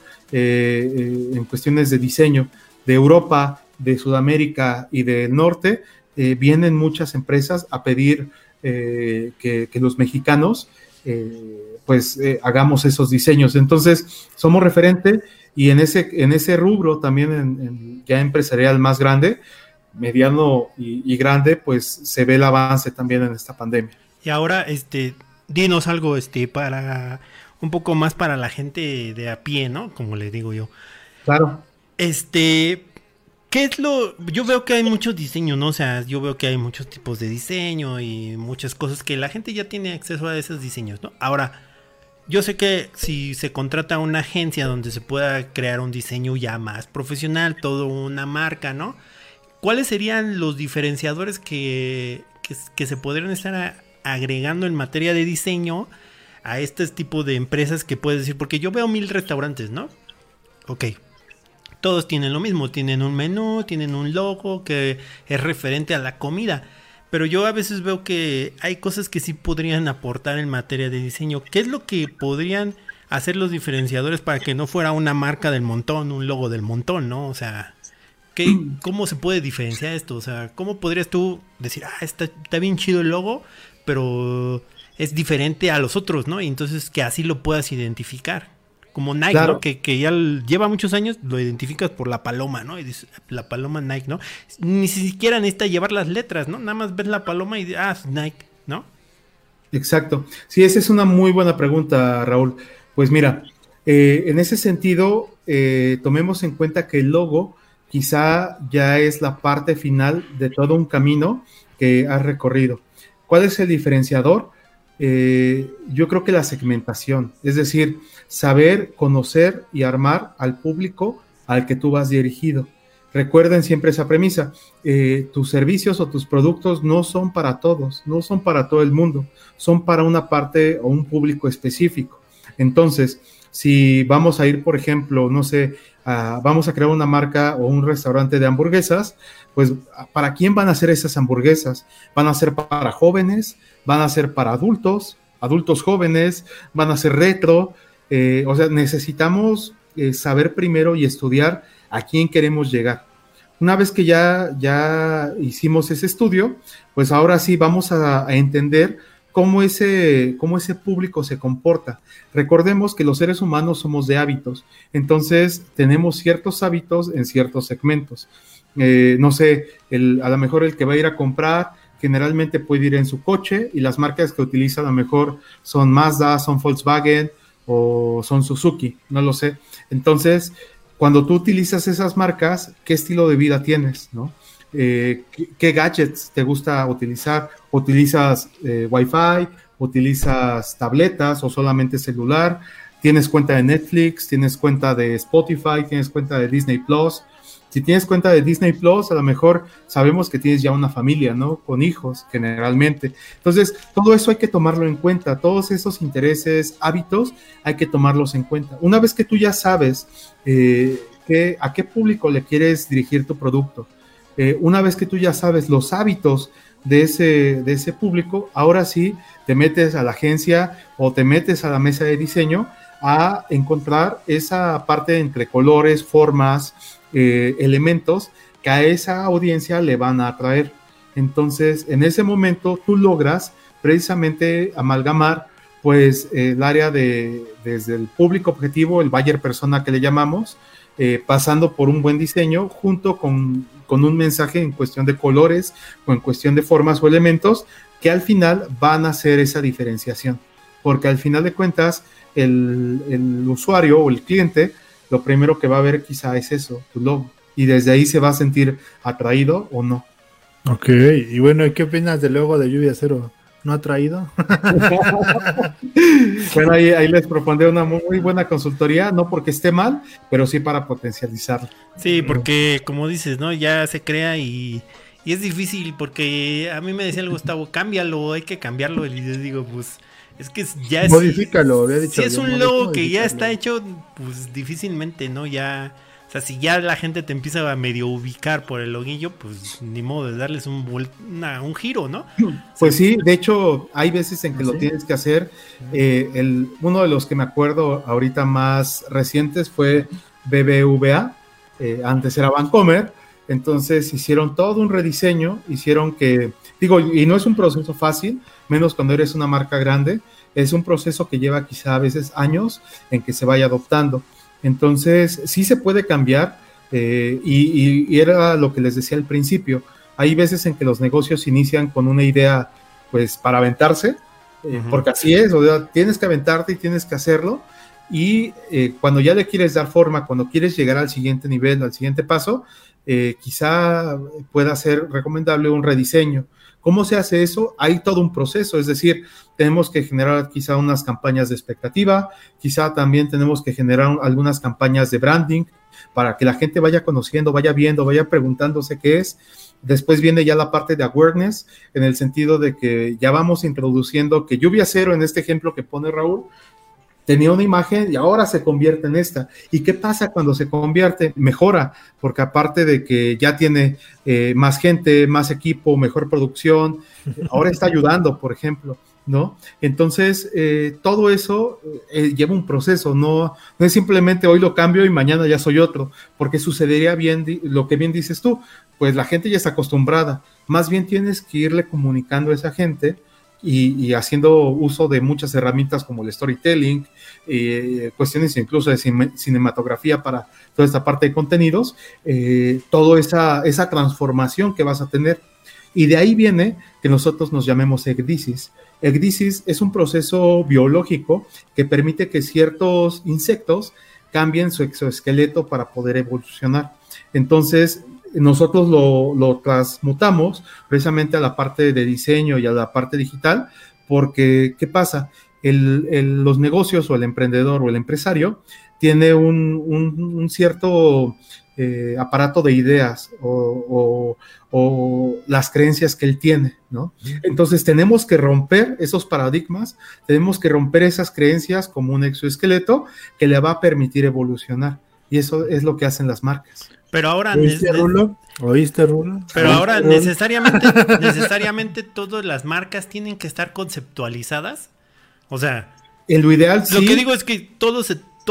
en cuestiones de diseño. De Europa, de Sudamérica y del norte, vienen muchas empresas a pedir que los mexicanos hagamos esos diseños. Entonces, somos referente y en ese rubro también ya empresarial más grande, mediano y grande, pues se ve el avance también en esta pandemia. Y ahora, dinos algo, para un poco más para la gente de a pie, ¿no? Como le digo yo. Claro. ¿Qué es yo veo que hay muchos diseños, ¿no? O sea, yo veo que hay muchos tipos de diseño y muchas cosas que la gente ya tiene acceso a esos diseños, ¿no? Ahora, yo sé que si se contrata una agencia donde se pueda crear un diseño ya más profesional, todo una marca, ¿no? ¿Cuáles serían los diferenciadores que se podrían estar agregando en materia de diseño a este tipo de empresas que puedes decir? Porque yo veo 1000 restaurantes, ¿no? Ok. Todos tienen lo mismo, tienen un menú, tienen un logo que es referente a la comida. Pero yo a veces veo que hay cosas que sí podrían aportar en materia de diseño. ¿Qué es lo que podrían hacer los diferenciadores para que no fuera una marca del montón, un logo del montón, ¿no? O sea, ¿cómo se puede diferenciar esto? O sea, ¿cómo podrías tú decir, está bien chido el logo, pero es diferente a los otros, ¿no? Y entonces que así lo puedas identificar. Como Nike, claro, ¿no? Que ya lleva muchos años, lo identificas por la paloma, ¿no? Y dices, la paloma Nike, ¿no? Ni siquiera necesita llevar las letras, ¿no? Nada más ves la paloma y dices, Nike, ¿no? Exacto. Sí, esa es una muy buena pregunta, Raúl. Pues mira, en ese sentido, tomemos en cuenta que el logo quizá ya es la parte final de todo un camino que has recorrido. ¿Cuál es el diferenciador? Yo creo que la segmentación, es decir, saber, conocer y armar al público al que tú vas dirigido. Recuerden siempre esa premisa, tus servicios o tus productos no son para todos, no son para todo el mundo, son para una parte o un público específico. Entonces, si vamos a ir, por ejemplo, no sé, vamos a crear una marca o un restaurante de hamburguesas, pues, ¿para quién van a ser esas hamburguesas? ¿Van a ser para jóvenes? ¿Van a ser para adultos jóvenes? ¿Van a ser retro? O sea, necesitamos saber primero y estudiar a quién queremos llegar. Una vez que ya hicimos ese estudio, pues ahora sí vamos a entender cómo ese público se comporta. Recordemos que los seres humanos somos de hábitos, entonces tenemos ciertos hábitos en ciertos segmentos. No sé, a lo mejor el que va a ir a comprar generalmente puede ir en su coche y las marcas que utiliza a lo mejor son Mazda, son Volkswagen o son Suzuki, no lo sé. Entonces, cuando tú utilizas esas marcas, ¿qué estilo de vida tienes, no? ¿Qué gadgets te gusta utilizar? ¿Utilizas Wi-Fi? ¿Utilizas tabletas o solamente celular? ¿Tienes cuenta de Netflix? ¿Tienes cuenta de Spotify? ¿Tienes cuenta de Disney Plus? Si tienes cuenta de Disney Plus, a lo mejor sabemos que tienes ya una familia, ¿no? Con hijos, generalmente. Entonces, todo eso hay que tomarlo en cuenta. Todos esos intereses, hábitos, hay que tomarlos en cuenta. Una vez que tú ya sabes a qué público le quieres dirigir tu producto, una vez que tú ya sabes los hábitos de ese público, ahora sí te metes a la agencia o te metes a la mesa de diseño a encontrar esa parte entre colores, formas, elementos que a esa audiencia le van a atraer. Entonces, en ese momento tú logras precisamente amalgamar pues el área desde el público objetivo, el buyer persona que le llamamos, pasando por un buen diseño junto con con un mensaje en cuestión de colores o en cuestión de formas o elementos que al final van a hacer esa diferenciación, porque al final de cuentas el usuario o el cliente lo primero que va a ver quizá es eso, tu logo, y desde ahí se va a sentir atraído o no. Ok, y bueno, ¿qué opinas del logo de Lluvia Cero? ¿No ha traído? Bueno, ahí les propondré una muy buena consultoría, no porque esté mal, pero sí para potencializarlo. Sí, porque como dices, ¿no? Ya se crea y es difícil porque a mí me decía el Gustavo, cámbialo, hay que cambiarlo. Y yo digo, pues es que ya modifícalo, había dicho. Si es un logo que ya está hecho, pues difícilmente, ¿no? Ya, o sea, si ya la gente te empieza a medio ubicar por el loguillo, pues ni modo de darles un giro, ¿no? Pues sí, de hecho, hay veces en que lo tienes que hacer. Uno de los que me acuerdo ahorita más recientes fue BBVA, antes era Bancomer, entonces hicieron todo un rediseño, hicieron que, digo, y no es un proceso fácil, menos cuando eres una marca grande, es un proceso que lleva quizá a veces años en que se vaya adoptando. Entonces, sí se puede cambiar, y era lo que les decía al principio. Hay veces en que los negocios inician con una idea, pues, para aventarse, porque así es, o sea, tienes que aventarte y tienes que hacerlo, y cuando ya le quieres dar forma, cuando quieres llegar al siguiente nivel, al siguiente paso, quizá pueda ser recomendable un rediseño. ¿Cómo se hace eso? Hay todo un proceso, es decir, tenemos que generar quizá unas campañas de expectativa, quizá también tenemos que generar algunas campañas de branding para que la gente vaya conociendo, vaya viendo, vaya preguntándose qué es. Después viene ya la parte de awareness, en el sentido de que ya vamos introduciendo que Lluvia Cero, en este ejemplo que pone Raúl, tenía una imagen y ahora se convierte en esta. ¿Y qué pasa cuando se convierte? Mejora, porque aparte de que ya tiene más gente, más equipo, mejor producción, ahora está ayudando, por ejemplo, ¿no? Entonces, todo eso lleva un proceso, no es simplemente hoy lo cambio y mañana ya soy otro, porque sucedería bien lo que bien dices tú, pues la gente ya está acostumbrada, más bien tienes que irle comunicando a esa gente y haciendo uso de muchas herramientas como el storytelling, cuestiones incluso de cinematografía para toda esta parte de contenidos, toda esa transformación que vas a tener. Y de ahí viene que nosotros nos llamemos ecdisis. Ecdisis es un proceso biológico que permite que ciertos insectos cambien su exoesqueleto para poder evolucionar. Entonces, nosotros lo transmutamos precisamente a la parte de diseño y a la parte digital, porque, ¿qué pasa? Los negocios o el emprendedor o el empresario tiene un cierto aparato de ideas o las creencias que él tiene, ¿no? Entonces tenemos que romper esos paradigmas, tenemos que romper esas creencias como un exoesqueleto que le va a permitir evolucionar, y eso es lo que hacen las marcas. Pero ahora ¿Oíste, Rulo? Pero ahora necesariamente todas las marcas tienen que estar conceptualizadas. O sea, en lo ideal sí. Lo que digo es que todo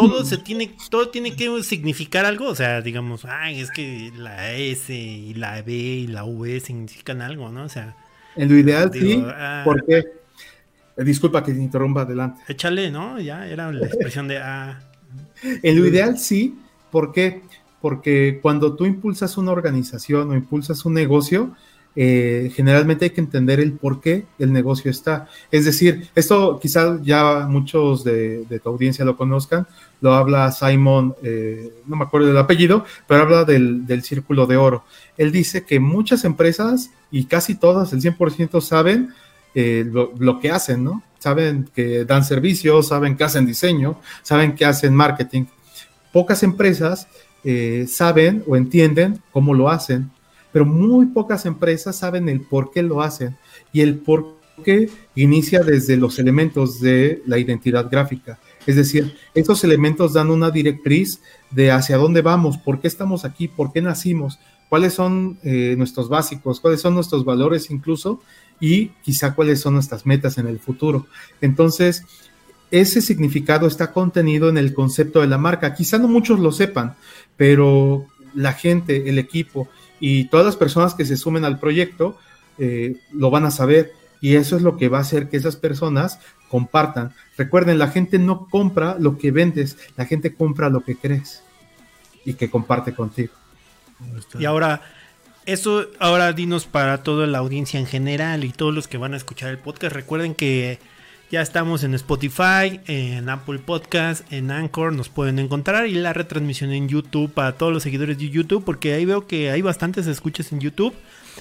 tiene que significar algo. O sea, digamos, es que la S y la B y la V significan algo, ¿no? O sea, en lo ideal sí, porque disculpa que te interrumpa, adelante. Échale, ¿no? Ya era la expresión de En lo ideal sí, ¿por qué? Porque cuando tú impulsas una organización o impulsas un negocio, generalmente hay que entender el por qué el negocio está. Es decir, esto quizás ya muchos de tu audiencia lo conozcan, lo habla Simon, no me acuerdo del apellido, pero habla del círculo de oro. Él dice que muchas empresas, y casi todas, el 100% saben lo que hacen, ¿no? Saben que dan servicios, saben que hacen diseño, saben que hacen marketing. Pocas empresas saben o entienden cómo lo hacen, pero muy pocas empresas saben el por qué lo hacen, y el por qué inicia desde los elementos de la identidad gráfica. Es decir, estos elementos dan una directriz de hacia dónde vamos, por qué estamos aquí, por qué nacimos, cuáles son nuestros básicos, cuáles son nuestros valores incluso, y quizá cuáles son nuestras metas en el futuro. Entonces, ese significado está contenido en el concepto de la marca. Quizá no muchos lo sepan, pero la gente, el equipo y todas las personas que se sumen al proyecto lo van a saber, y eso es lo que va a hacer que esas personas compartan. Recuerden, la gente no compra lo que vendes, la gente compra lo que crees y que comparte contigo. Y ahora, Eso ahora dinos para toda la audiencia en general y todos los que van a escuchar el podcast. Recuerden que ya estamos en Spotify, en Apple Podcast, en Anchor, nos pueden encontrar, y la retransmisión en YouTube para todos los seguidores de YouTube, porque ahí veo que hay bastantes escuchas en YouTube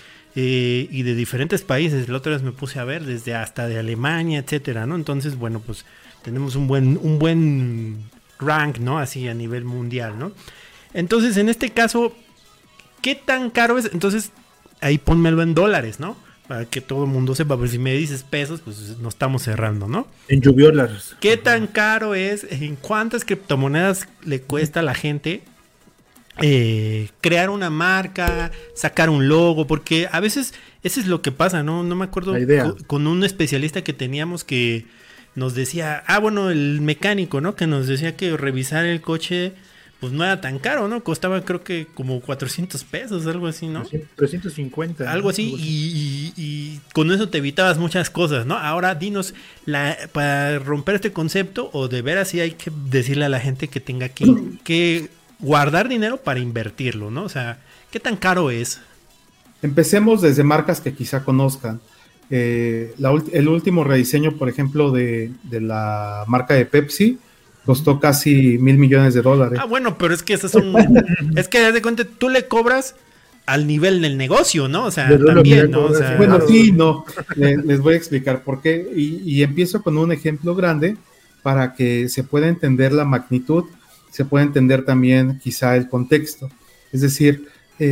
y de diferentes países. La otra vez me puse a ver desde hasta de Alemania, etcétera, ¿no? Entonces, bueno, pues tenemos un buen rank, ¿no? Así a nivel mundial, ¿no? Entonces, en este caso, ¿qué tan caro es? Entonces, ahí pónmelo en dólares, ¿no? Para que todo el mundo sepa, pero si me dices pesos, pues nos estamos cerrando, ¿no? En lluviolas. ¿Qué tan caro es? ¿En cuántas criptomonedas le cuesta a la gente crear una marca, sacar un logo? Porque a veces eso es lo que pasa, ¿no? No me acuerdo con un especialista que teníamos que nos decía, bueno, el mecánico, ¿no? Que nos decía que revisar el coche pues no era tan caro, ¿no? Costaba creo que como 400 pesos, algo así, ¿no? 350. Algo así, y con eso te evitabas muchas cosas, ¿no? Ahora dinos, para romper este concepto, o de veras sí hay que decirle a la gente que tenga que guardar dinero para invertirlo, ¿no? O sea, ¿qué tan caro es? Empecemos desde marcas que quizá conozcan. El último rediseño, por ejemplo, de la marca de Pepsi, costó casi $1,000 millones. Bueno, pero es que esas son... es que, haz de cuenta, tú le cobras al nivel del negocio, ¿no? O sea, también, ¿no? O sea, bueno, sí, no. Les voy a explicar por qué. Y empiezo con un ejemplo grande para que se pueda entender la magnitud, se pueda entender también quizá el contexto. Es decir,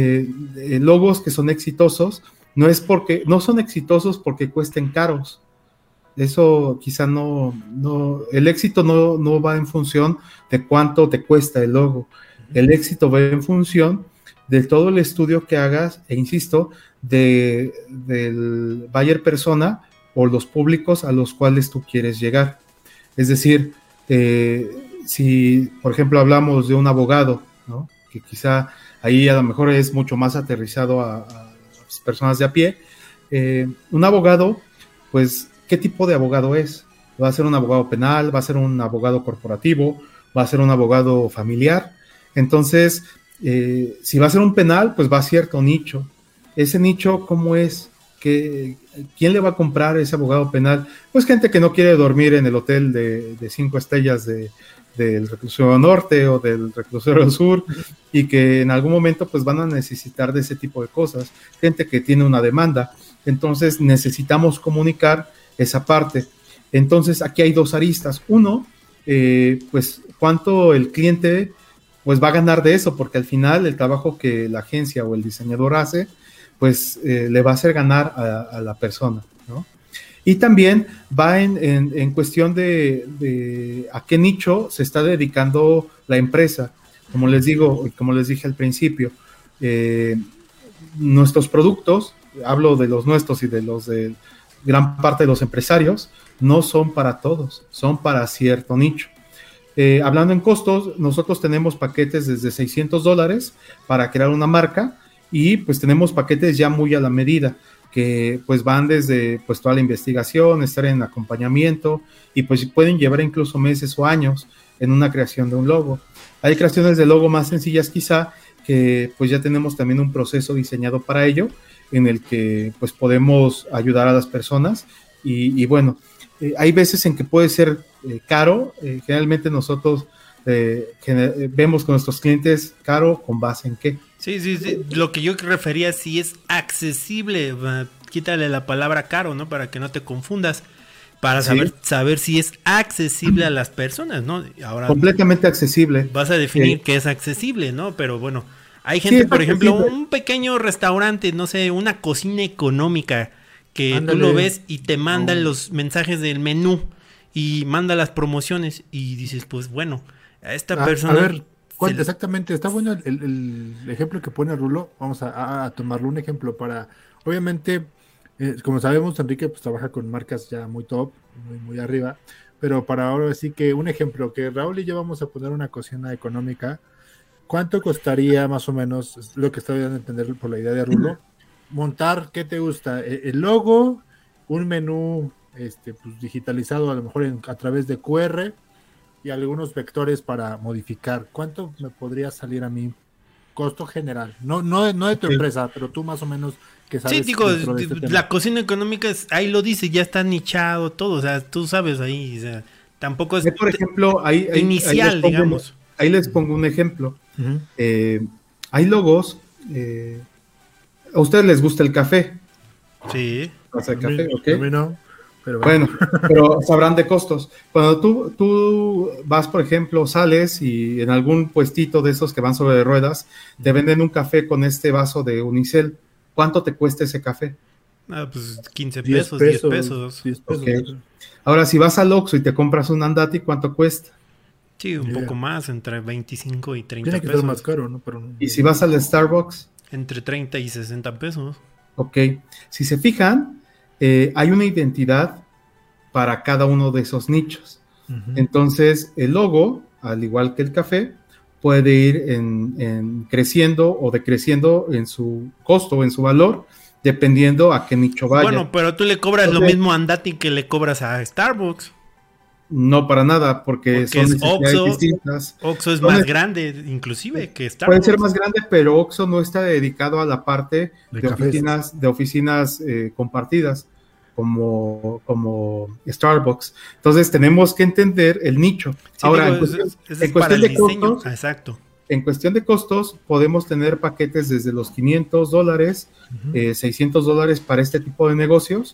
logos que son exitosos, no son exitosos porque cuesten caros. Eso quizá no, el éxito no va en función de cuánto te cuesta el logo. El éxito va en función de todo el estudio que hagas, e insisto, del buyer persona o los públicos a los cuales tú quieres llegar. Es decir, si por ejemplo hablamos de un abogado, ¿no? Que quizá ahí a lo mejor es mucho más aterrizado a las personas de a pie, un abogado, pues, ¿qué tipo de abogado es? ¿Va a ser un abogado penal? ¿Va a ser un abogado corporativo? ¿Va a ser un abogado familiar? Entonces, si va a ser un penal, pues va a cierto nicho. Ese nicho, ¿cómo es? ¿Quién le va a comprar ese abogado penal? Pues gente que no quiere dormir en el hotel de 5 estrellas del reclusorio norte o del reclusorio sur, y que en algún momento pues van a necesitar de ese tipo de cosas. Gente que tiene una demanda. Entonces necesitamos comunicar esa parte. Entonces aquí hay dos aristas. Uno, pues cuánto el cliente pues va a ganar de eso, porque al final el trabajo que la agencia o el diseñador hace, pues le va a hacer ganar a la persona, ¿no? Y también va en cuestión de a qué nicho se está dedicando la empresa. Como les digo, como les dije al principio, nuestros productos, hablo de los nuestros y de los de gran parte de los empresarios, no son para todos, son para cierto nicho. Hablando en costos, nosotros tenemos paquetes desde $600 para crear una marca, y pues tenemos paquetes ya muy a la medida, que pues van desde pues toda la investigación, estar en acompañamiento, y pues pueden llevar incluso meses o años en una creación de un logo. Hay creaciones de logo más sencillas quizá, que pues ya tenemos también un proceso diseñado para ello, en el que pues podemos ayudar a las personas, y bueno, hay veces en que puede ser caro. Generalmente nosotros vemos con nuestros clientes caro con base en qué. Sí. Lo que yo refería, si es accesible, quítale la palabra caro, ¿no? Para que no te confundas, para saber si es accesible a las personas, ¿no? Ahora completamente accesible. Vas a definir qué es accesible, ¿no? Pero bueno, hay gente, por ejemplo, un pequeño restaurante, no sé, una cocina económica, que ándale, tú lo ves y te mandan los mensajes del menú y manda las promociones, y dices, pues bueno, a esta persona... A ver, exactamente, está bueno el ejemplo que pone Rulo. Vamos a tomarlo un ejemplo para... Obviamente, como sabemos, Enrique pues trabaja con marcas ya muy top, muy arriba, pero para ahora sí que un ejemplo, que Raúl y yo vamos a poner una cocina económica. ¿Cuánto costaría más o menos, es lo que estoy dando a entender por la idea de Rulo, montar, qué te gusta, el logo, un menú pues, digitalizado a lo mejor a través de QR y algunos vectores para modificar? ¿Cuánto me podría salir a mí costo general, no de tu empresa, pero tú más o menos que sabes. Sí, digo, este la cocina económica ahí lo dice, ya está nichado todo, o sea, tú sabes ahí, o sea, tampoco es por ejemplo, inicial, digamos. Ahí les pongo un ejemplo. Hay logos, a ustedes les gusta el café. Sí. O sea, café, ¿ok? A mí no, pero bueno, pero sabrán de costos. Cuando tú vas, por ejemplo, sales y en algún puestito de esos que van sobre ruedas, te venden un café con este vaso de unicel. ¿Cuánto te cuesta ese café? Pues 15 pesos, 10 pesos. 10 pesos. Okay. Ahora, si vas al Oxxo y te compras un Andati, ¿cuánto cuesta? Sí, un poco más, entre 25 y 30 pesos. Tiene que ser más caro, ¿no? Pero no. ¿Y si vas al Starbucks? Entre 30 y 60 pesos. Ok. Si se fijan, hay una identidad para cada uno de esos nichos. Entonces, el logo, al igual que el café, puede ir en creciendo o decreciendo en su costo, en su valor, dependiendo a qué nicho vaya. Bueno, pero tú le cobras lo mismo a Andati que le cobras a Starbucks. No, para nada, porque son necesidades distintas. Oxxo es más grande, inclusive, que Starbucks. Puede ser más grande, pero Oxxo no está dedicado a la parte de oficinas compartidas, como Starbucks. Entonces, tenemos que entender el nicho. Sí, ahora, digo, en cuestión de costos, exacto. En cuestión de costos, podemos tener paquetes desde los $500, $600 para este tipo de negocios,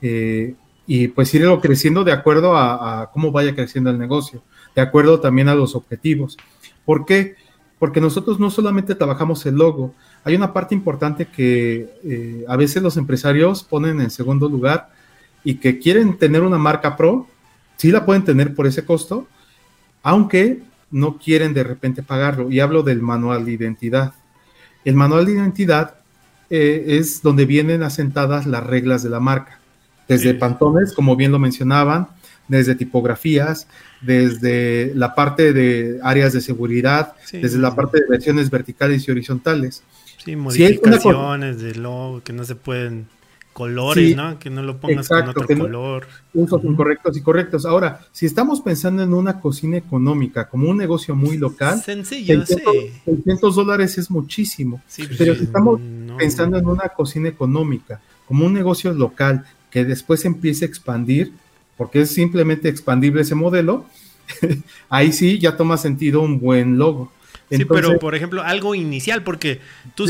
y pues irlo creciendo de acuerdo a cómo vaya creciendo el negocio, de acuerdo también a los objetivos. ¿Por qué? Porque nosotros no solamente trabajamos el logo, hay una parte importante que a veces los empresarios ponen en segundo lugar y que quieren tener una marca pro, sí la pueden tener por ese costo, aunque no quieren de repente pagarlo, y hablo del manual de identidad. El manual de identidad es donde vienen asentadas las reglas de la marca, desde pantones, como bien lo mencionaban, desde tipografías, desde la parte de áreas de seguridad, desde la parte de versiones verticales y horizontales. Sí, modificaciones de logo que no se pueden, colores, ¿no? Que no lo pongas con otro color. Usos incorrectos y correctos. Ahora, si estamos pensando en una cocina económica, como un negocio muy local, sencillo, $600 es muchísimo. Sí, pero si estamos pensando en una cocina económica, como un negocio local, que después empiece a expandir, porque es simplemente expandible ese modelo, ahí sí ya toma sentido un buen logo. Entonces, sí, pero por ejemplo, algo inicial, porque tú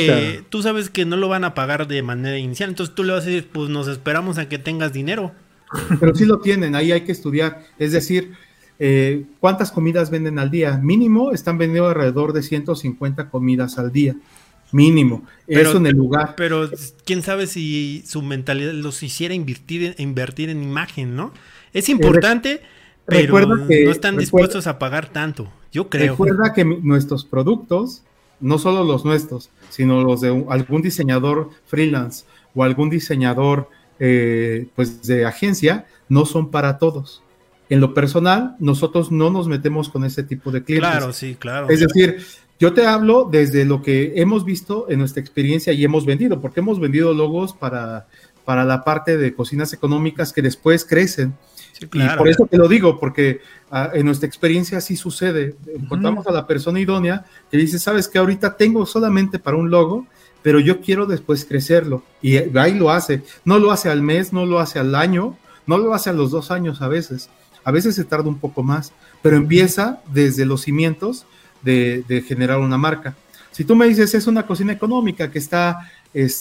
sabes que no lo van a pagar de manera inicial, entonces tú le vas a decir, pues nos esperamos a que tengas dinero. Pero sí lo tienen, ahí hay que estudiar, es decir, ¿cuántas comidas venden al día? Mínimo están vendiendo alrededor de 150 comidas al día. Mínimo, pero, eso en el lugar. Pero quién sabe si su mentalidad los hiciera invertir en imagen, ¿no? Es importante, pero no están dispuestos a pagar tanto, yo creo. Recuerda que nuestros productos, no solo los nuestros, sino los de algún diseñador freelance o algún diseñador pues de agencia, no son para todos. En lo personal, nosotros no nos metemos con ese tipo de clientes. Claro, sí, claro. Es decir, yo te hablo desde lo que hemos visto en nuestra experiencia y hemos vendido, porque hemos vendido logos para la parte de cocinas económicas que después crecen. Sí, claro. Y por eso te lo digo, porque en nuestra experiencia sí sucede. Encontramos a la persona idónea que dice, ¿sabes qué? Ahorita tengo solamente para un logo, pero yo quiero después crecerlo. Y ahí lo hace. No lo hace al mes, no lo hace al año, no lo hace a los 2 años a veces. A veces se tarda un poco más, pero empieza desde los cimientos de generar una marca. Si tú me dices es una cocina económica que está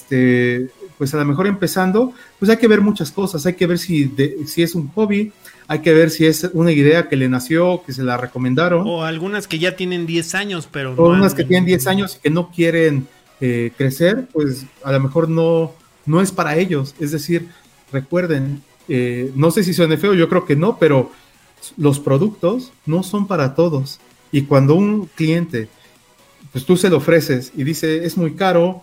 pues a lo mejor empezando, pues hay que ver muchas cosas, hay que ver si es un hobby, hay que ver si es una idea que le nació, que se la recomendaron. O algunas que ya tienen 10 años, pero o unas que tienen 10 años y que no quieren crecer, pues a lo mejor no es para ellos. Es decir, recuerden, no sé si suene feo, yo creo que no, pero los productos no son para todos. Y cuando un cliente, pues tú se lo ofreces y dice, es muy caro,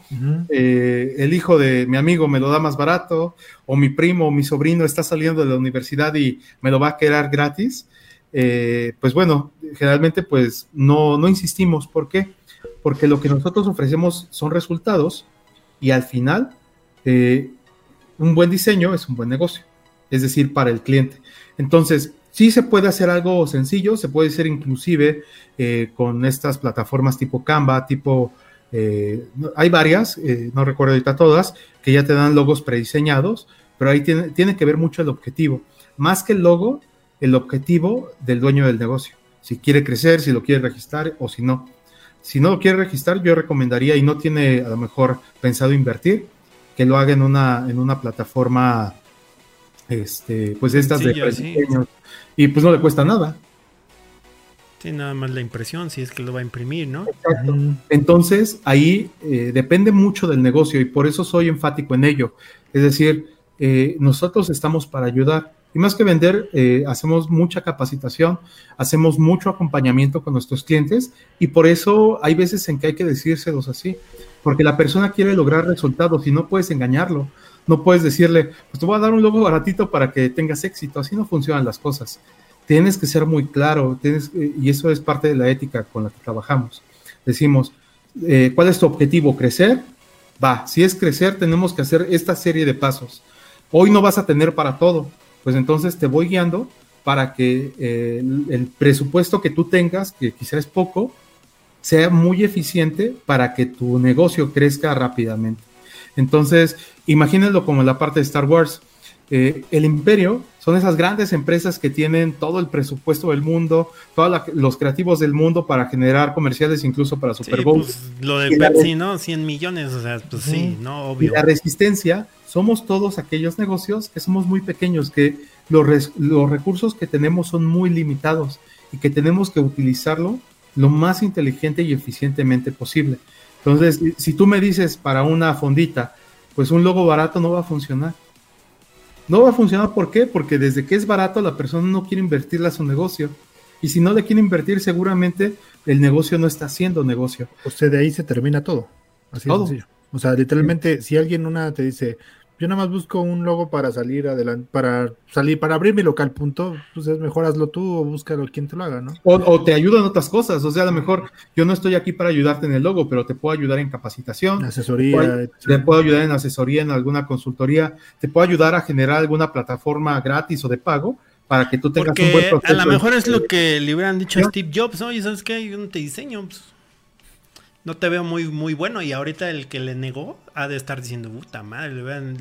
el hijo de mi amigo me lo da más barato, o mi primo o mi sobrino está saliendo de la universidad y me lo va a quedar gratis, pues bueno, generalmente pues no insistimos. ¿Por qué? Porque lo que nosotros ofrecemos son resultados y al final un buen diseño es un buen negocio, es decir, para el cliente. Entonces, Sí se puede hacer algo sencillo, se puede hacer inclusive con estas plataformas tipo Canva, hay varias, no recuerdo ahorita todas, que ya te dan logos prediseñados, pero ahí tiene que ver mucho el objetivo. Más que el logo, el objetivo del dueño del negocio. Si quiere crecer, si lo quiere registrar o si no. Si no lo quiere registrar, yo recomendaría, y no tiene a lo mejor pensado invertir, que lo haga en una plataforma pues estas de prediseños. Y pues no le cuesta nada. Sí, nada más la impresión, si es que lo va a imprimir, ¿no? Exacto. Entonces, ahí depende mucho del negocio y por eso soy enfático en ello. Es decir, nosotros estamos para ayudar. Y más que vender, hacemos mucha capacitación, hacemos mucho acompañamiento con nuestros clientes y por eso hay veces en que hay que decírselos así, porque la persona quiere lograr resultados y no puedes engañarlo. No puedes decirle, pues te voy a dar un logo baratito para que tengas éxito. Así no funcionan las cosas. Tienes que ser muy claro, y eso es parte de la ética con la que trabajamos. Decimos, ¿cuál es tu objetivo? ¿Crecer? Va, si es crecer, tenemos que hacer esta serie de pasos. Hoy no vas a tener para todo, pues entonces te voy guiando para que el presupuesto que tú tengas, que quizás es poco, sea muy eficiente para que tu negocio crezca rápidamente. Entonces, imagínenlo como en la parte de Star Wars. El Imperio son esas grandes empresas que tienen todo el presupuesto del mundo, todos los creativos del mundo para generar comerciales, incluso para Super Bowl. Pues, lo de Pepsi, ¿no? 100 millones, o sea, pues sí, ¿no? Obvio. Y la Resistencia, somos todos aquellos negocios que somos muy pequeños, que los recursos que tenemos son muy limitados y que tenemos que utilizarlo lo más inteligente y eficientemente posible. Entonces, si tú me dices para una fondita, pues un logo barato no va a funcionar. No va a funcionar, ¿por qué? Porque desde que es barato la persona no quiere invertirle a su negocio. Y si no le quiere invertir, seguramente el negocio no está haciendo negocio. O sea, de ahí se termina todo. Así todo. Es sencillo. O sea, literalmente, si alguien te dice, yo nada más busco un logo para salir adelante, para abrir mi local, punto, pues es mejor hazlo tú o búscalo quien te lo haga, ¿no? O te ayudan otras cosas, o sea, a lo mejor yo no estoy aquí para ayudarte en el logo, pero te puedo ayudar en capacitación, asesoría, te puedo ayudar en asesoría, en alguna consultoría, te puedo ayudar a generar alguna plataforma gratis o de pago para que tú tengas un buen proceso. A lo mejor es lo que le hubieran dicho a Steve Jobs, ¿no? Y sabes qué, yo no te diseño, pues, no te veo muy, muy bueno. Y ahorita el que le negó ha de estar diciendo, puta madre,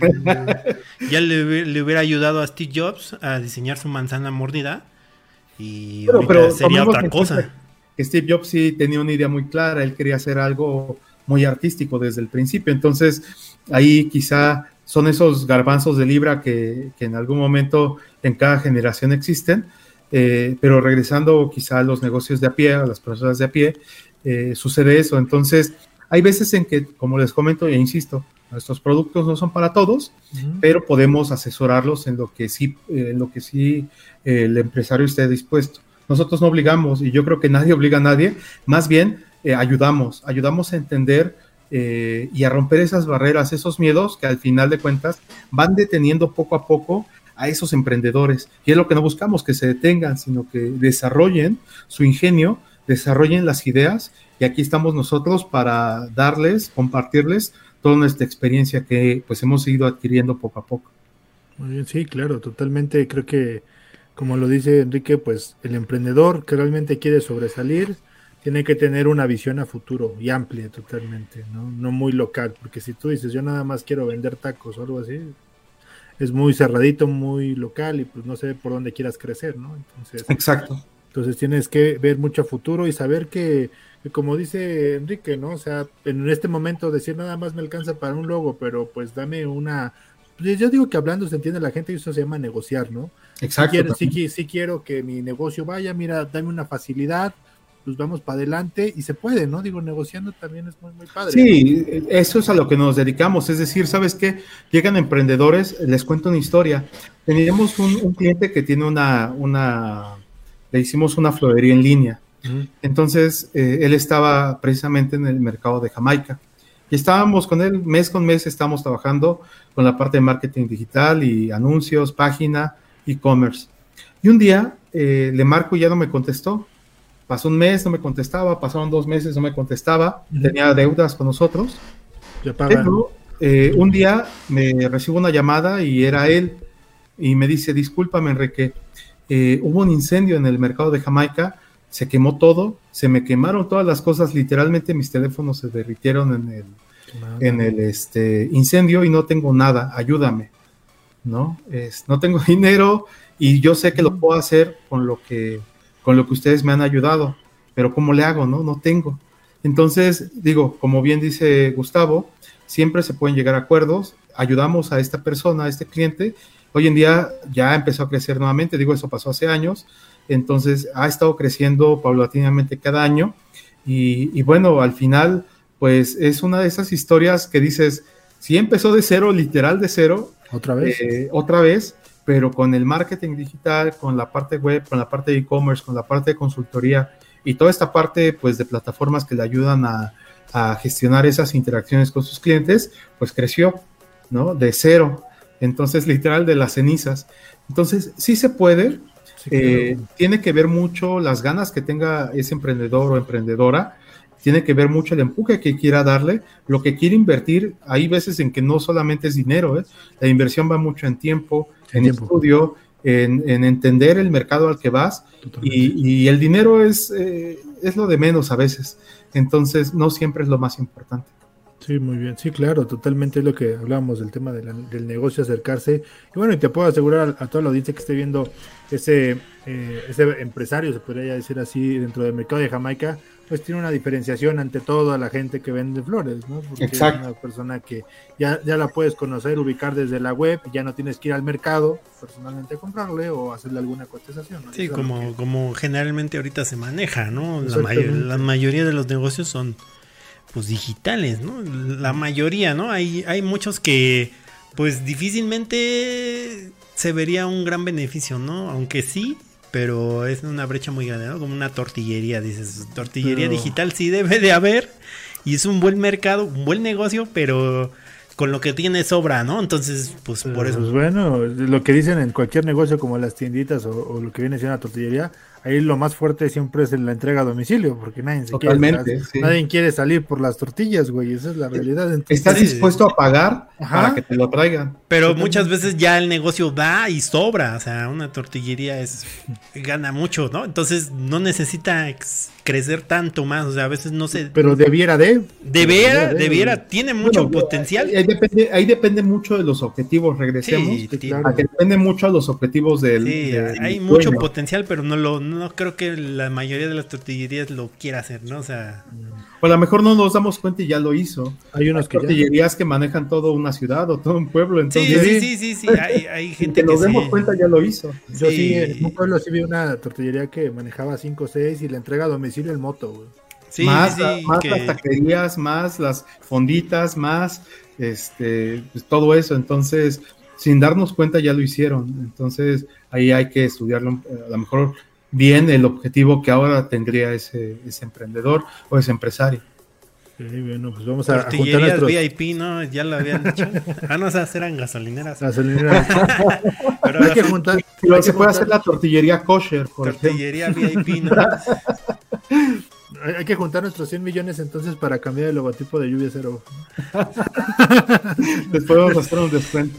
ya le hubiera ayudado a Steve Jobs a diseñar su manzana mordida y pero sería otra cosa. Que Steve Jobs sí tenía una idea muy clara, él quería hacer algo muy artístico desde el principio. Entonces, ahí quizá son esos garbanzos de libra que en algún momento en cada generación existen, pero regresando quizá a los negocios de a pie, a las personas de a pie, sucede eso. Entonces, hay veces en que, como les comento e insisto, nuestros productos no son para todos, pero podemos asesorarlos en lo que sí el empresario esté dispuesto. Nosotros no obligamos, y yo creo que nadie obliga a nadie, más bien ayudamos a entender y a romper esas barreras, esos miedos que al final de cuentas van deteniendo poco a poco a esos emprendedores. Y es lo que no buscamos, que se detengan, sino que desarrollen su ingenio, desarrollen las ideas, y aquí estamos nosotros para compartirles toda nuestra experiencia que pues hemos ido adquiriendo poco a poco. Muy bien, sí, claro, totalmente. Creo que, como lo dice Enrique, pues el emprendedor que realmente quiere sobresalir tiene que tener una visión a futuro y amplia totalmente, no muy local, porque si tú dices yo nada más quiero vender tacos o algo así, es muy cerradito, muy local y pues no sé por dónde quieras crecer, ¿no? Entonces, exacto. Entonces tienes que ver mucho a futuro y saber que como dice Enrique, ¿no? O sea, en este momento decir nada más me alcanza para un logo, pero pues dame una... Yo digo que hablando se entiende la gente y eso se llama negociar, ¿no? Exacto. Si quiero que mi negocio vaya, mira, dame una facilidad, pues vamos para adelante y se puede, ¿no? Digo, negociando también es muy, muy padre. Sí, ¿no? Eso es a lo que nos dedicamos, es decir, ¿sabes qué? Llegan emprendedores, les cuento una historia. Teníamos un cliente que tiene le hicimos una florería en línea. Entonces, él estaba precisamente en el mercado de Jamaica. Y estábamos con él, mes con mes, estamos trabajando con la parte de marketing digital y anuncios, página, e-commerce. Y un día le marco y ya no me contestó. Pasó un mes, no me contestaba, pasaron 2 meses, no me contestaba, tenía deudas con nosotros. Pero un día me recibo una llamada y era él, y me dice, discúlpame, Enrique, hubo un incendio en el mercado de Jamaica, se quemó todo, se me quemaron todas las cosas, literalmente mis teléfonos se derritieron en el incendio y no tengo nada, ayúdame, ¿no? No tengo dinero y yo sé que lo puedo hacer con lo que ustedes me han ayudado, pero ¿cómo le hago, no? No tengo. Entonces, digo, como bien dice Gustavo, siempre se pueden llegar a acuerdos, ayudamos a esta persona, a este cliente. Hoy en día ya empezó a crecer nuevamente, digo, eso pasó hace años, entonces ha estado creciendo paulatinamente cada año y bueno, al final, pues es una de esas historias que dices, sí empezó de cero, literal de cero. ¿Otra vez? Pero con el marketing digital, con la parte web, con la parte de e-commerce, con la parte de consultoría y toda esta parte pues de plataformas que le ayudan a gestionar esas interacciones con sus clientes, pues creció, ¿no? De cero. Entonces, literal, de las cenizas. Entonces, sí se puede. Sí, claro. Tiene que ver mucho las ganas que tenga ese emprendedor o emprendedora. Tiene que ver mucho el empuje que quiera darle, lo que quiere invertir. Hay veces en que no solamente es dinero, ¿eh? La inversión va mucho en tiempo, en estudio, en entender el mercado al que vas. Y el dinero es lo de menos a veces. Entonces, no siempre es lo más importante. Sí, muy bien. Sí, claro, totalmente es lo que hablábamos del tema del negocio, acercarse. Y bueno, y te puedo asegurar a toda la audiencia que esté viendo ese empresario, se podría decir así, dentro del mercado de Jamaica, pues tiene una diferenciación ante toda la gente que vende flores, ¿no? Porque exacto. Es una persona que ya la puedes conocer, ubicar desde la web, ya no tienes que ir al mercado personalmente a comprarle o hacerle alguna cotización, ¿no? Sí, como generalmente ahorita se maneja, ¿no? La mayoría de los negocios son pues digitales, ¿no? La mayoría, ¿no? Hay muchos que pues difícilmente se vería un gran beneficio, ¿no? Aunque sí, pero es una brecha muy grande, ¿no? Como una tortillería, dices, tortillería digital sí debe de haber y es un buen mercado, un buen negocio, pero con lo que tiene sobra, ¿no? Entonces, pues por eso. Pues bueno, lo que dicen en cualquier negocio como las tienditas o lo que viene siendo la tortillería, ahí lo más fuerte siempre es en la entrega a domicilio, porque nadie quiere salir por las tortillas, güey, esa es la realidad. Entonces, estás dispuesto a pagar para que te lo traigan. Pero muchas veces ya el negocio da y sobra, o sea, una tortillería gana mucho, ¿no? Entonces no necesita crecer tanto más, o sea, a veces no se... Pero debiera, tiene mucho potencial. Ahí depende mucho de los objetivos, regresemos, a que depende mucho a los objetivos del... hay mucho potencial, pero no creo que la mayoría de las tortillerías lo quiera hacer, ¿no? O sea... Pues a lo mejor no nos damos cuenta y ya lo hizo. Hay unas tortillerías que manejan toda una ciudad o todo un pueblo, entonces... Sí, hay gente que nos demos cuenta ya lo hizo. Yo sí, en un pueblo sí vi una tortillería que manejaba 5 o 6 y la entrega a domicilio el moto, güey. Sí, más las taquerías, más las fonditas, más pues todo eso, entonces sin darnos cuenta ya lo hicieron, entonces ahí hay que estudiarlo a lo mejor bien el objetivo que ahora tendría ese emprendedor o ese empresario. Sí, bueno, pues vamos a juntar nuestros... VIP, ¿no? Ya lo habían dicho. No, esas eran gasolineras. Pero hay que juntar. Se puede hacer la tortillería kosher, por tortillería ejemplo. VIP, ¿no? Hay que juntar nuestros 100 millones entonces para cambiar el logotipo de Lluvia Cero. Después vamos a hacer un descuento.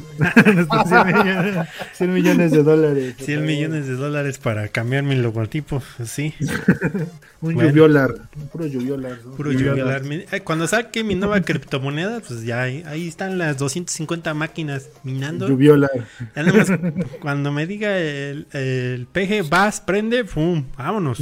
100 millones de dólares. 100 millones de dólares para cambiar mi logotipo, sí. Un lluviolar, puro lluviolar. ¿No? Puro lluviolar. Cuando saque mi nueva criptomoneda, pues ya ahí están las 250 máquinas minando. Lluviolar. Cuando me diga el PG, vas, prende, ¡pum! ¡Vámonos!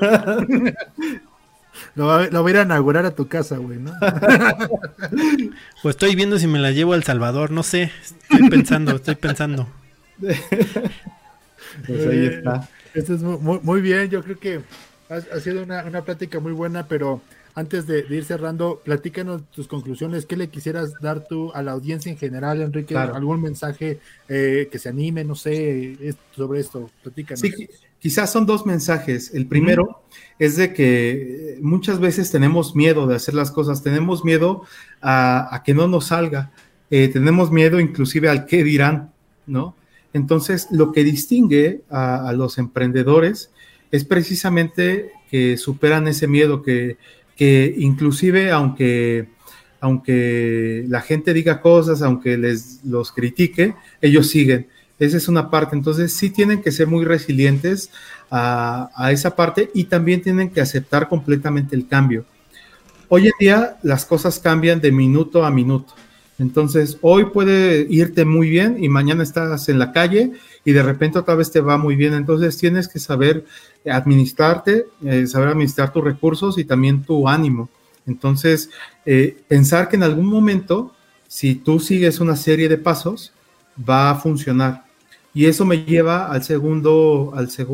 Lo va a ir a inaugurar a tu casa, güey, ¿no? Pues estoy viendo si me la llevo a El Salvador, no sé. Estoy pensando. Pues ahí está. Esto es muy bien, yo creo que ha sido una plática muy buena, pero antes de ir cerrando, platícanos tus conclusiones. ¿Qué le quisieras dar tú a la audiencia en general, Enrique? Claro. ¿Algún mensaje que se anime, no sé, sobre esto? Platícanos. Sí, quizás son 2 mensajes. El primero es de que muchas veces tenemos miedo de hacer las cosas, tenemos miedo a que no nos salga, tenemos miedo inclusive al qué dirán, ¿no? Entonces, lo que distingue a los emprendedores es precisamente que superan ese miedo, que inclusive aunque la gente diga cosas, aunque los critique, ellos siguen. Esa es una parte. Entonces sí tienen que ser muy resilientes a esa parte y también tienen que aceptar completamente el cambio. Hoy en día las cosas cambian de minuto a minuto. Entonces hoy puede irte muy bien y mañana estás en la calle y de repente otra vez te va muy bien. Entonces tienes que saber administrarte, saber administrar tus recursos y también tu ánimo. Entonces pensar que en algún momento, si tú sigues una serie de pasos, va a funcionar. Y eso me lleva al segundo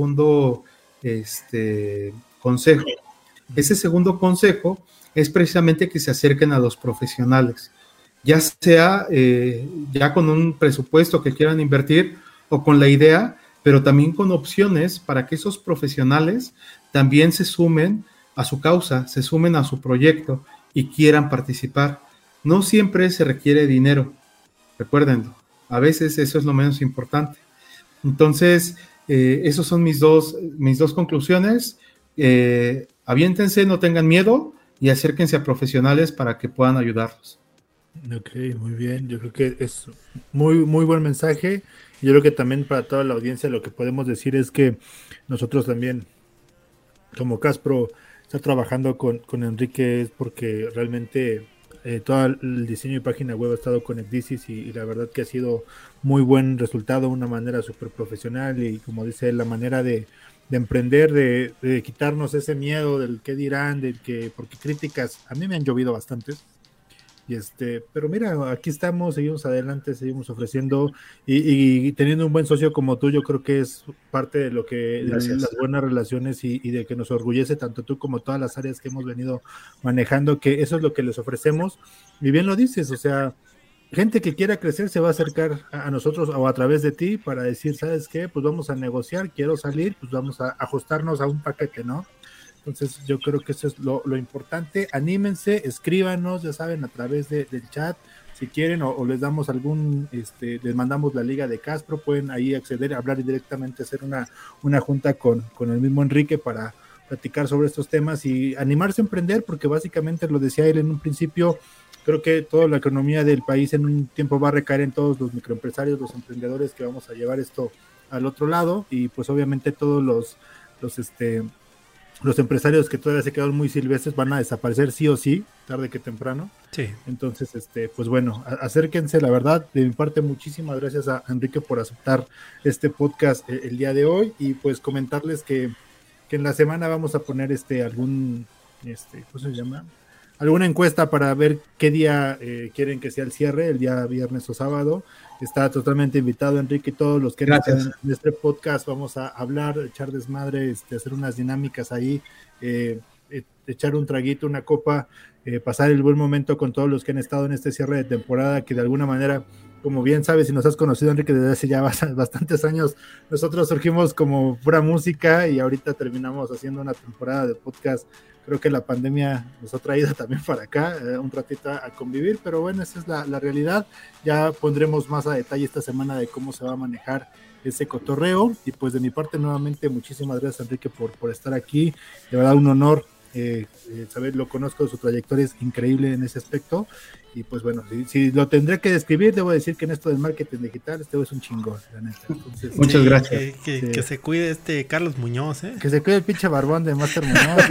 consejo. Ese segundo consejo es precisamente que se acerquen a los profesionales, ya sea ya con un presupuesto que quieran invertir o con la idea, pero también con opciones para que esos profesionales también se sumen a su causa, se sumen a su proyecto y quieran participar. No siempre se requiere dinero, recuérdenlo, a veces eso es lo menos importante. Entonces, esas son mis dos conclusiones. Aviéntense, no tengan miedo y acérquense a profesionales para que puedan ayudarlos. Ok, muy bien. Yo creo que es muy, muy buen mensaje. Yo creo que también para toda la audiencia lo que podemos decir es que nosotros también, como Caspro, está trabajando con Enrique es porque realmente todo el diseño y página web ha estado con Ecdisis y la verdad que ha sido muy buen resultado, una manera súper profesional y como dice él, la manera de emprender, de quitarnos ese miedo del qué dirán, del que, porque críticas, a mí me han llovido bastantes. Pero mira, aquí estamos, seguimos adelante, seguimos ofreciendo y teniendo un buen socio como tú, yo creo que es parte de lo que de las buenas relaciones y de que nos orgullece tanto tú como todas las áreas que hemos venido manejando, que eso es lo que les ofrecemos. Y bien lo dices, o sea, gente que quiera crecer se va a acercar a nosotros o a través de ti para decir, ¿sabes qué? Pues vamos a negociar, quiero salir, pues vamos a ajustarnos a un paquete, ¿no? Entonces yo creo que eso es lo importante. Anímense, escríbanos, ya saben, a través del chat, si quieren, o les damos les mandamos la liga de Caspro, pueden ahí acceder, hablar directamente, hacer una junta con el mismo Enrique para platicar sobre estos temas y animarse a emprender, porque básicamente lo decía él en un principio, creo que toda la economía del país en un tiempo va a recaer en todos los microempresarios, los emprendedores que vamos a llevar esto al otro lado, y pues obviamente todos los empresarios que todavía se quedaron muy silvestres van a desaparecer sí o sí, tarde que temprano. Sí. Entonces, pues bueno, acérquense, la verdad, de mi parte, muchísimas gracias a Enrique por aceptar este podcast el día de hoy, y pues comentarles que en la semana vamos a poner ¿cómo se llama? Alguna encuesta para ver qué día quieren que sea el cierre, el día viernes o sábado. Está totalmente invitado Enrique y todos los que están en este podcast. Vamos a hablar, echar desmadre, hacer unas dinámicas ahí, echar un traguito, una copa, pasar el buen momento con todos los que han estado en este cierre de temporada, que de alguna manera, como bien sabes, si nos has conocido, Enrique, desde hace ya bastantes años, nosotros surgimos como pura música y ahorita terminamos haciendo una temporada de podcast. Creo que la pandemia nos ha traído también para acá, un ratito a convivir, pero bueno, esa es la realidad. Ya pondremos más a detalle esta semana de cómo se va a manejar ese cotorreo, y pues de mi parte nuevamente muchísimas gracias Enrique por estar aquí, de verdad un honor saber, lo conozco, su trayectoria es increíble en ese aspecto, y pues bueno, si lo tendré que describir, debo decir que en esto del marketing digital es un chingón, la neta. Entonces, muchas gracias. Que se cuide Carlos Muñoz, que se cuide el pinche barbón de Master Muñoz.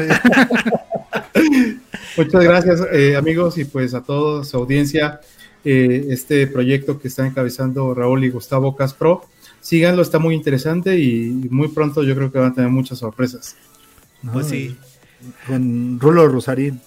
Muchas gracias amigos, y pues a toda su audiencia, este proyecto que está encabezando Raúl y Gustavo Caspro, síganlo, está muy interesante y muy pronto yo creo que van a tener muchas sorpresas. Pues sí. Con Rulo Rosarín.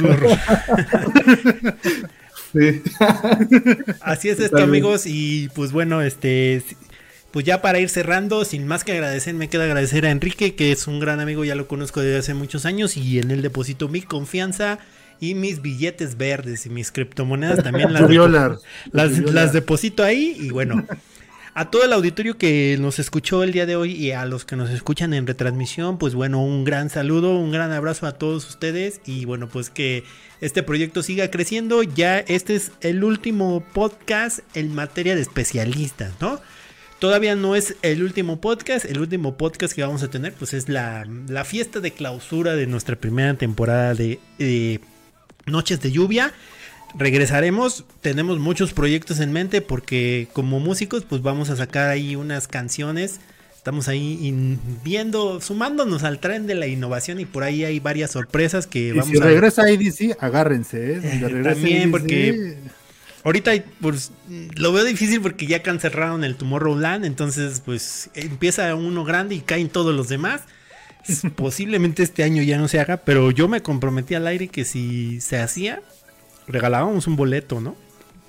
Sí. Así es esto, amigos, y pues bueno, pues ya para ir cerrando, sin más que agradecer, me queda agradecer a Enrique, que es un gran amigo, ya lo conozco desde hace muchos años, y en él deposito mi confianza y mis billetes verdes y mis criptomonedas también las deposito ahí. Y bueno, a todo el auditorio que nos escuchó el día de hoy y a los que nos escuchan en retransmisión, pues bueno, un gran saludo, un gran abrazo a todos ustedes, y bueno, pues que este proyecto siga creciendo. Ya este es el último podcast en materia de especialistas, ¿no? Todavía no es el último podcast que vamos a tener pues es la fiesta de clausura de nuestra primera temporada de Noches de Lluvia. regresaremos, tenemos muchos proyectos en mente porque como músicos pues vamos a sacar ahí unas canciones. Estamos ahí viendo, sumándonos al tren de la innovación y por ahí hay varias sorpresas que vamos a... Si regresa ADC, agárrense, también ADC... porque ahorita pues lo veo difícil porque ya cancelaron el Tomorrowland, entonces pues empieza uno grande y caen todos los demás. Posiblemente este año ya no se haga, pero yo me comprometí al aire que si se hacía, regalábamos un boleto, ¿no?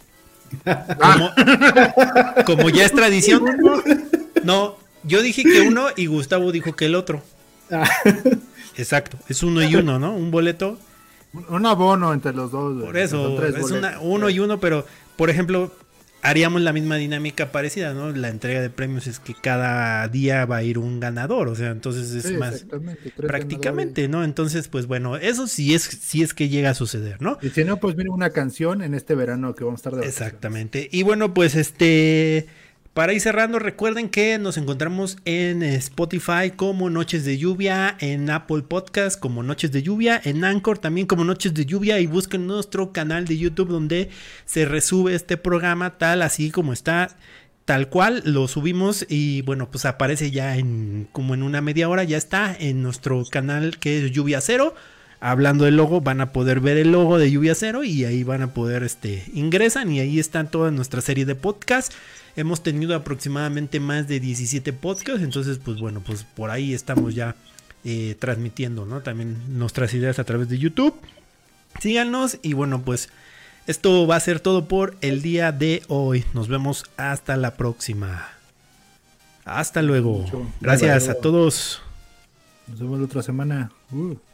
Como ya es tradición. No, yo dije que uno y Gustavo dijo que el otro. Exacto, es 1 y 1, ¿no? Un boleto. Un abono entre los dos. Por eso, es uno y uno, pero por ejemplo, haríamos la misma dinámica parecida, ¿no? La entrega de premios es que cada día va a ir un ganador, o sea, entonces es más prácticamente, ganadores, ¿no? Entonces, pues bueno, eso sí es que llega a suceder, ¿no? Y si no, pues mira, una canción en este verano que vamos a estar de vacaciones. Exactamente. Y bueno, pues para ir cerrando, recuerden que nos encontramos en Spotify como Noches de Lluvia, en Apple Podcast como Noches de Lluvia, en Anchor también como Noches de Lluvia, y busquen nuestro canal de YouTube donde se resube este programa tal así como está, tal cual lo subimos y bueno, pues aparece ya como en una media hora, ya está en nuestro canal que es Lluvia Cero. Hablando del logo, van a poder ver el logo de Lluvia Cero y ahí van a poder, ingresan y ahí están toda nuestra serie de podcasts. Hemos tenido aproximadamente más de 17 podcasts, entonces pues bueno, pues por ahí estamos ya transmitiendo, ¿no? También nuestras ideas a través de YouTube. Síganos y bueno, pues esto va a ser todo por el día de hoy. Nos vemos hasta la próxima. Hasta luego. Gracias a todos. Nos vemos la otra semana.